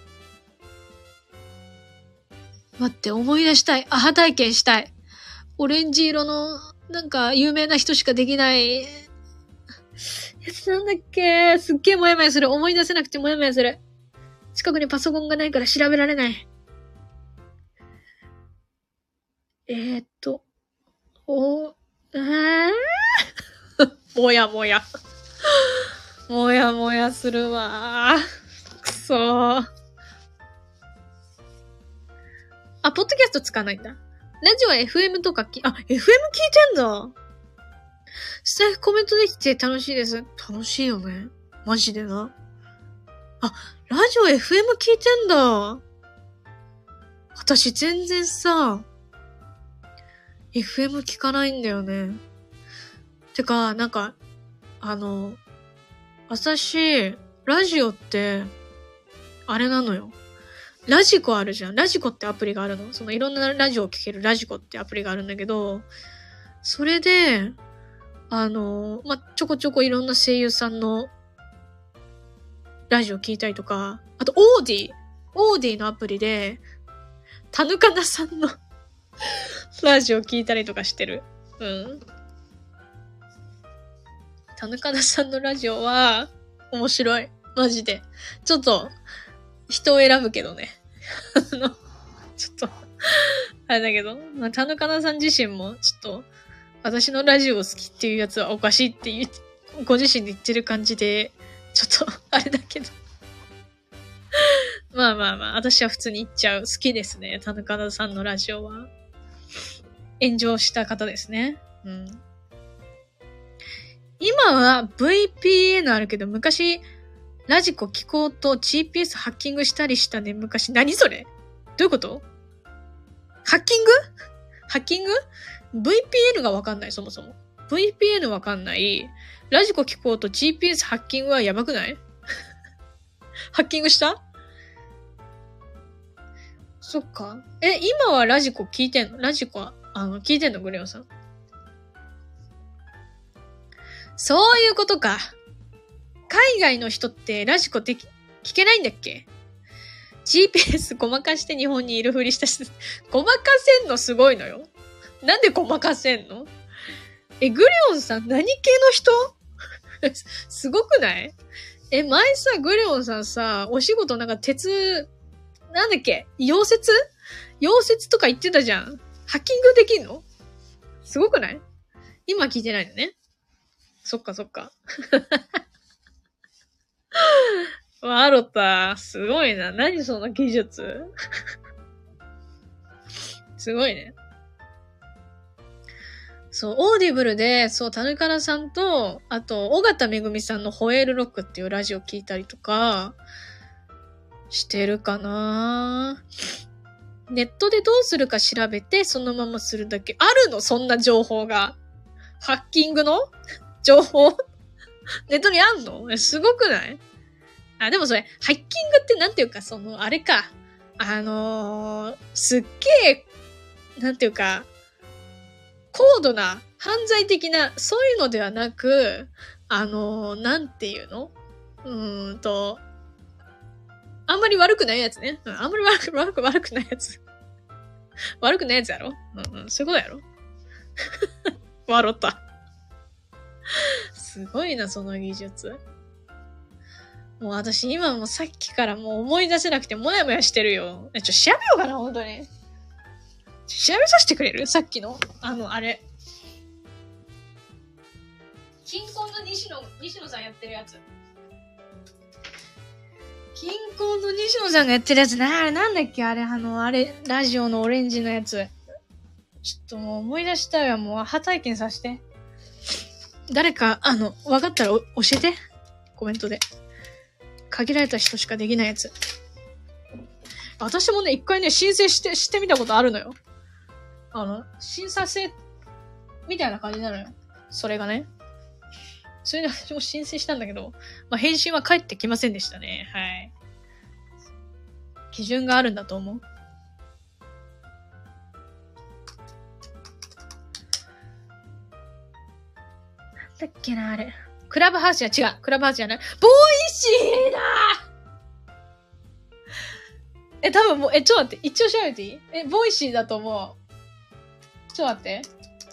待って、思い出したい。アハ体験したい。オレンジ色の、有名な人しかできない。やつなんだっけ？すっげえもやもやする。思い出せなくてもやもやする。近くにパソコンがないから調べられない。もやもや。もやもやするわ。くそー。ポッドキャスト使わないんだ。ラジオは FM とかFM 聞いてんだ。スタイフコメントできて楽しいです。楽しいよね。マジでな。ラジオ FM 聞いてんだ。私全然さ、FM 聞かないんだよね。てか、 私、ラジオって、あれなのよ。ラジコあるじゃん。ラジコってアプリがあるの。そのいろんなラジオを聴けるラジコってアプリがあるんだけど、それで、ちょこちょこいろんな声優さんのラジオ聞いたりとか、あとオーディのアプリで、タヌカナさんのラジオ聞いたりとかしてる。うん。タヌカナさんのラジオは、面白い。マジで。ちょっと、人を選ぶけどね。ちょっと、あれだけど、タヌカナさん自身も、ちょっと、私のラジオを好きっていうやつはおかしいっていう、ご自身で言ってる感じで、ちょっと、あれだけど。まあ、私は普通に言っちゃう。好きですね。タヌカナさんのラジオは。炎上した方ですね。うん。今は VPN あるけど、昔、ラジコ聞こうと GPS ハッキングしたりしたね、昔。何それ？どういうこと？ハッキング ?VPN がわかんない、そもそも。VPN わかんない。ラジコ聞こうと GPS ハッキングはやばくないハッキングした？そっか。今はラジコ聞いてんの？ラジコは、聞いてんのグレオさん。そういうことか。海外の人ってラジコ聞けないんだっけ？ GPS ごまかして日本にいるふりしたし、ごまかせんのすごいのよ。なんでごまかせんの？グレオンさん何系の人すごくない？前さ、グレオンさんさ、お仕事なんかなんだっけ？溶接とか言ってたじゃん。ハッキングできんの？すごくない？今聞いてないのね。そっか。ワロタ、すごいな。何その技術すごいね。そう、オーディブルで、そう、タヌカナさんと、あと、尾形めぐみさんのホエールロックっていうラジオ聞いたりとか、してるかな。ネットでどうするか調べて、そのままするだけ。あるの？そんな情報が。ハッキングの情報ネットにあんの？すごくない？でもそれ、ハッキングってなんていうか、あれか。すっげえ、なんていうか、高度な、犯罪的な、そういうのではなく、なんていうの？あんまり悪くないやつね。あんまり悪くないやつ。悪くないやつやろ？そういうことやろ？笑った。すごいな、その技術。もう私今もさっきからもう思い出せなくてもやもやしてるよ。調べようかな、本当に。調べさせてくれる？さっきの、あれ。金婚の西野さんやってるやつ。金婚の西野さんがやってるやつなんだっけ？あれ、ラジオのオレンジのやつ。ちょっともう思い出したよ。もう、ア体験させて。誰か、わかったら教えて。コメントで。限られた人しかできないやつ。私もね、一回ね、申請してみたことあるのよ。審査制、みたいな感じなのよ。それがね。それで私も申請したんだけど、返信は返ってきませんでしたね。はい。基準があるんだと思う。なんだっけな、あれ。クラブハウスじゃ違う。クラブハウスじゃない。ボイシーだ！多分もう、ちょっと待って。一応調べていい？ボイシーだと思う。ちょっと待って。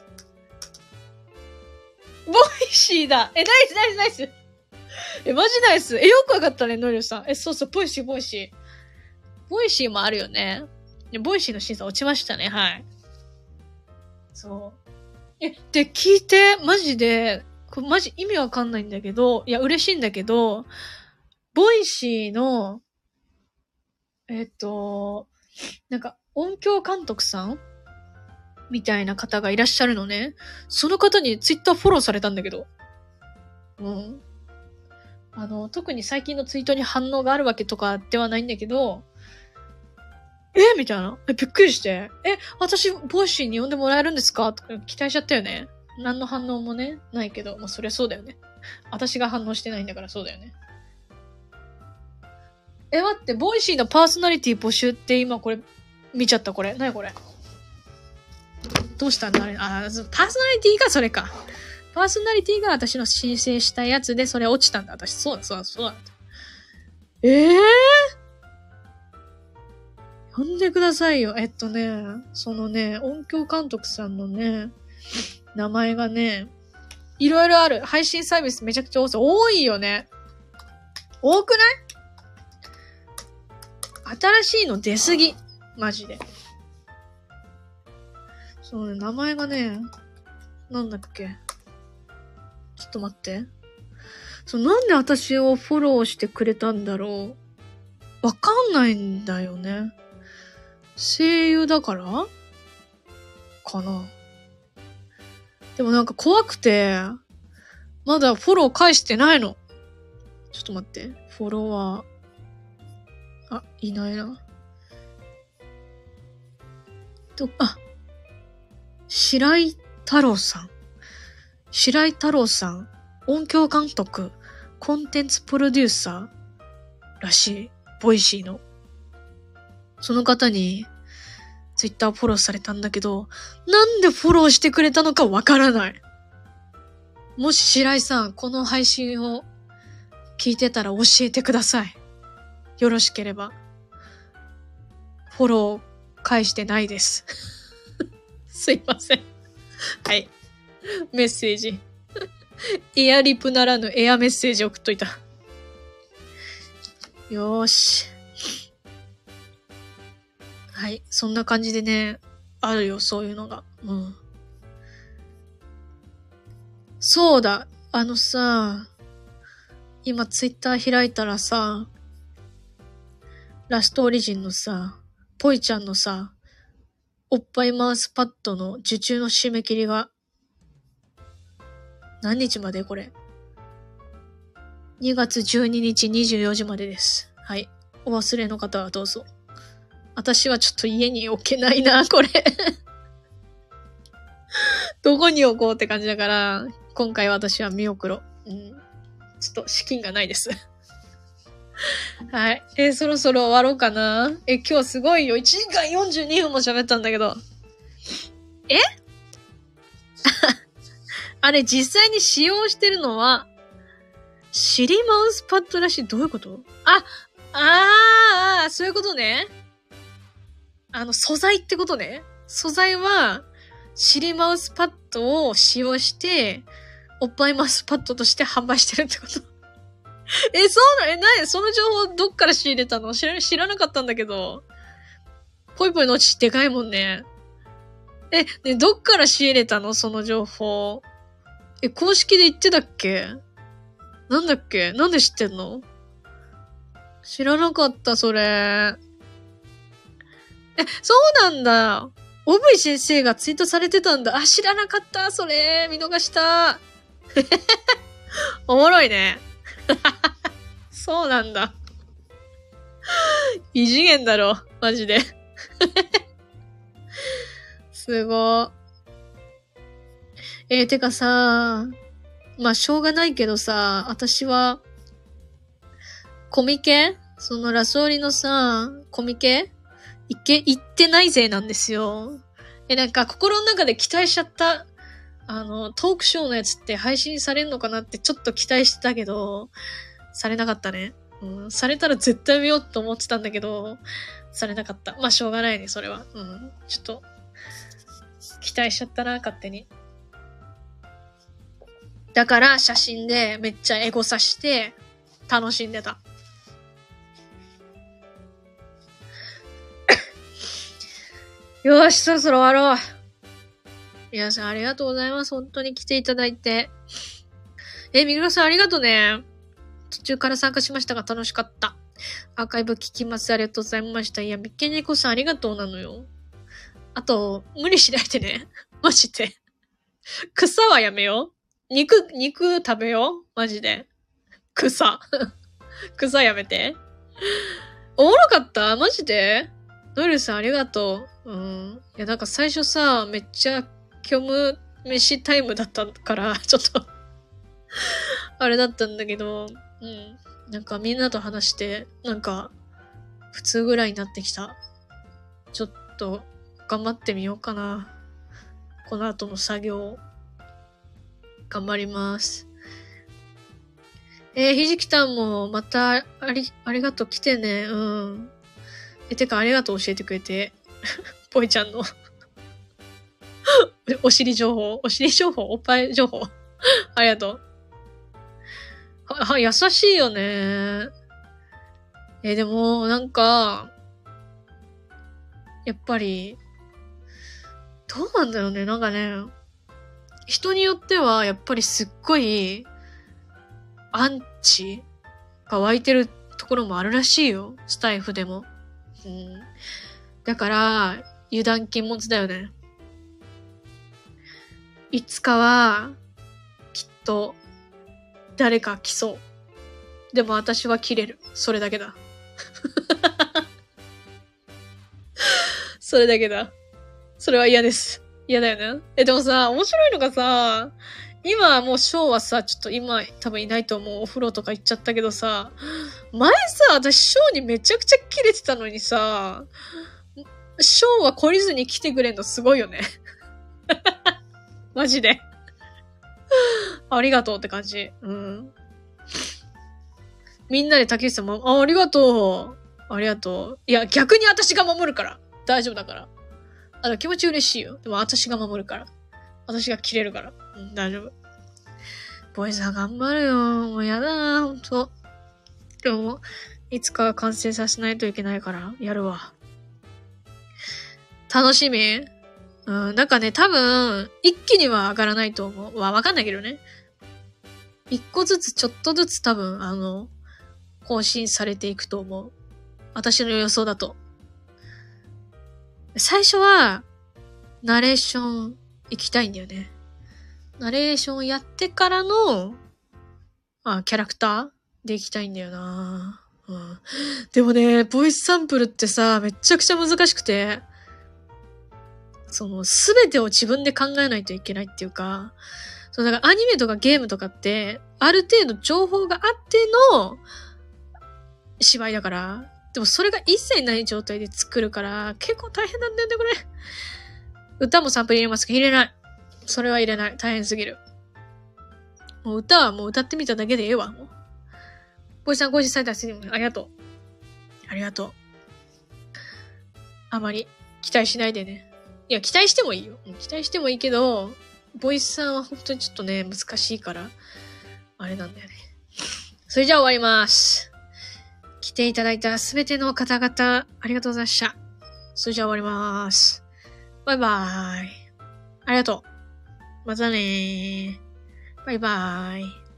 ボイシーだ！ナイスマジナイス！よくわかったね、ノリオさん。そう、ボイシー。ボイシーもあるよね。ボイシーの審査落ちましたね、はい。そう。で、聞いて、マジで、マジ意味わかんないんだけど、いや、嬉しいんだけど、ボイシーの、なんか、音響監督さんみたいな方がいらっしゃるのね。その方にツイッターフォローされたんだけど。特に最近のツイートに反応があるわけとかではないんだけど、みたいな。びっくりして。私、ボイシーに呼んでもらえるんですかとか期待しちゃったよね。何の反応もね、ないけど、そりゃそうだよね。 私が反応してないんだからそうだよね。待って、ボイシーのパーソナリティ募集って今これ、見ちゃったこれ。何これ。どうしたんだあれ。パーソナリティがそれか。パーソナリティが私の申請したやつでそれ落ちたんだ。私、そうだ。呼んでくださいよ。そのね、音響監督さんのね、名前がね、いろいろある。配信サービスめちゃくちゃ多いよね。多くない？新しいの出すぎ。マジで。そうね、名前がね、なんだっけ。ちょっと待って。なんで私をフォローしてくれたんだろう。わかんないんだよね。声優だからかな。でもなんか怖くて、まだフォロー返してないの。ちょっと待って。フォロワー。いないな。白井太郎さん。白井太郎さん。音響監督。コンテンツプロデューサーらしい。ボイシーの。その方に、ツイッターフォローされたんだけど、なんでフォローしてくれたのかわからない。もし白井さん、この配信を聞いてたら教えてください。よろしければ。フォロー返してないです。すいません。はい。メッセージ。エアリプならぬエアメッセージ送っといた。よーし。はい。そんな感じでね、あるよ、そういうのが。うん。そうだ。今ツイッター開いたらさ、ラストオリジンのさ、ポイちゃんのさ、おっぱいマウスパッドの受注の締め切りが、何日までこれ。2月12日24時までです。はい。お忘れの方はどうぞ。私はちょっと家に置けないな、これ。どこに置こうって感じだから、今回私は見送ろう。ちょっと資金がないです。はい。そろそろ終わろうかな。今日すごいよ。1時間42分も喋ったんだけど。あれ実際に使用してるのは、シリマウスパッドらしい。どういうこと？そういうことね。素材ってことね。素材は、シリマウスパッドを使用して、おっぱいマウスパッドとして販売してるってこと？そうなの？その情報どっから仕入れたの？知らなかったんだけど。ぽいぽいのちでかいもんね。ね、どっから仕入れたの？その情報。公式で言ってたっけ？なんだっけ？なんで知ってんの？知らなかった、それ。そうなんだ。オブイ先生がツイートされてたんだ。知らなかった、それ。見逃した。おもろいね。そうなんだ。異次元だろ、マジで。すごい。てかさ、しょうがないけどさ、私は、コミケ？そのラソーリのさ、コミケ？行ってないぜなんですよ。なんか心の中で期待しちゃった。トークショーのやつって配信されんのかなってちょっと期待してたけど、されなかったね。されたら絶対見ようと思ってたんだけど、されなかった。しょうがないね、それは。ちょっと、期待しちゃったな、勝手に。だから写真でめっちゃエゴさして楽しんでた。よーし、そろそろ終わろう。皆さんありがとうございます。本当に来ていただいて。みぐらさんありがとうね。途中から参加しましたが楽しかった。アーカイブ聞きます。ありがとうございました。いや、みっけねこさんありがとうなのよ。あと、無理しないでね。マジで。草はやめよう。肉食べよう。マジで。草やめて。おもろかったマジでノリルさんありがとう。いや、なんか最初さ、めっちゃ虚無飯タイムだったから、ちょっとあれだったんだけど、うん。なんかみんなと話して、なんか、普通ぐらいになってきた。ちょっと、頑張ってみようかな。この後の作業、頑張ります。ひじきたんも、また、ありがとう、来てね。うん。てか、ありがとう教えてくれて。ぽいちゃんのお尻情報、おっぱい情報。ありがとう。優しいよね。でも、なんか、やっぱり、どうなんだろうね。なんかね、人によっては、やっぱりすっごい、アンチが湧いてるところもあるらしいよ。スタイフでも。うん。だから、油断禁物だよね。いつかは、きっと、誰か来そう。でも私は切れる。それだけだ。それだけだ。それは嫌です。嫌だよね。でもさ、面白いのがさ、今はもうショーはさ、ちょっと今多分いないと思う。お風呂とか行っちゃったけどさ、前さ、私ショーにめちゃくちゃキレてたのにさ、ショーは懲りずに来てくれんのすごいよね。マジで。ありがとうって感じ。うん。みんなで竹内さんも、ありがとう。ありがとう。いや、逆に私が守るから。大丈夫だから。気持ち嬉しいよ。でも私が守るから。私が切れるから。うん、大丈夫。ボイさん頑張るよ。もうやだな、ほんと。でも、いつか完成させないといけないから、やるわ。楽しみ？うん、なんかね、多分、一気には上がらないと思う。わかんないけどね。一個ずつ、ちょっとずつ多分、更新されていくと思う。私の予想だと。最初は、ナレーション行きたいんだよね。ナレーションやってからの、キャラクターで行きたいんだよな。うん。でもね、ボイスサンプルってさ、めっちゃくちゃ難しくて、すべてを自分で考えないといけないっていうか、だからアニメとかゲームとかって、ある程度情報があっての芝居だから、でもそれが一切ない状態で作るから、結構大変なんだよね、これ。歌もサンプル入れますか？入れない。それは入れない。大変すぎる。もう歌はもう歌ってみただけでええわ、もう。ボイさん更新されたらありがとう。ありがとう。あまり期待しないでね。いや、期待してもいいよ。期待してもいいけど、ボイスさんは本当にちょっとね、難しいから、あれなんだよね。それじゃあ終わります。来ていただいたすべての方々、ありがとうございました。それじゃあ終わります。バイバーイ。ありがとう。またねー。バイバーイ。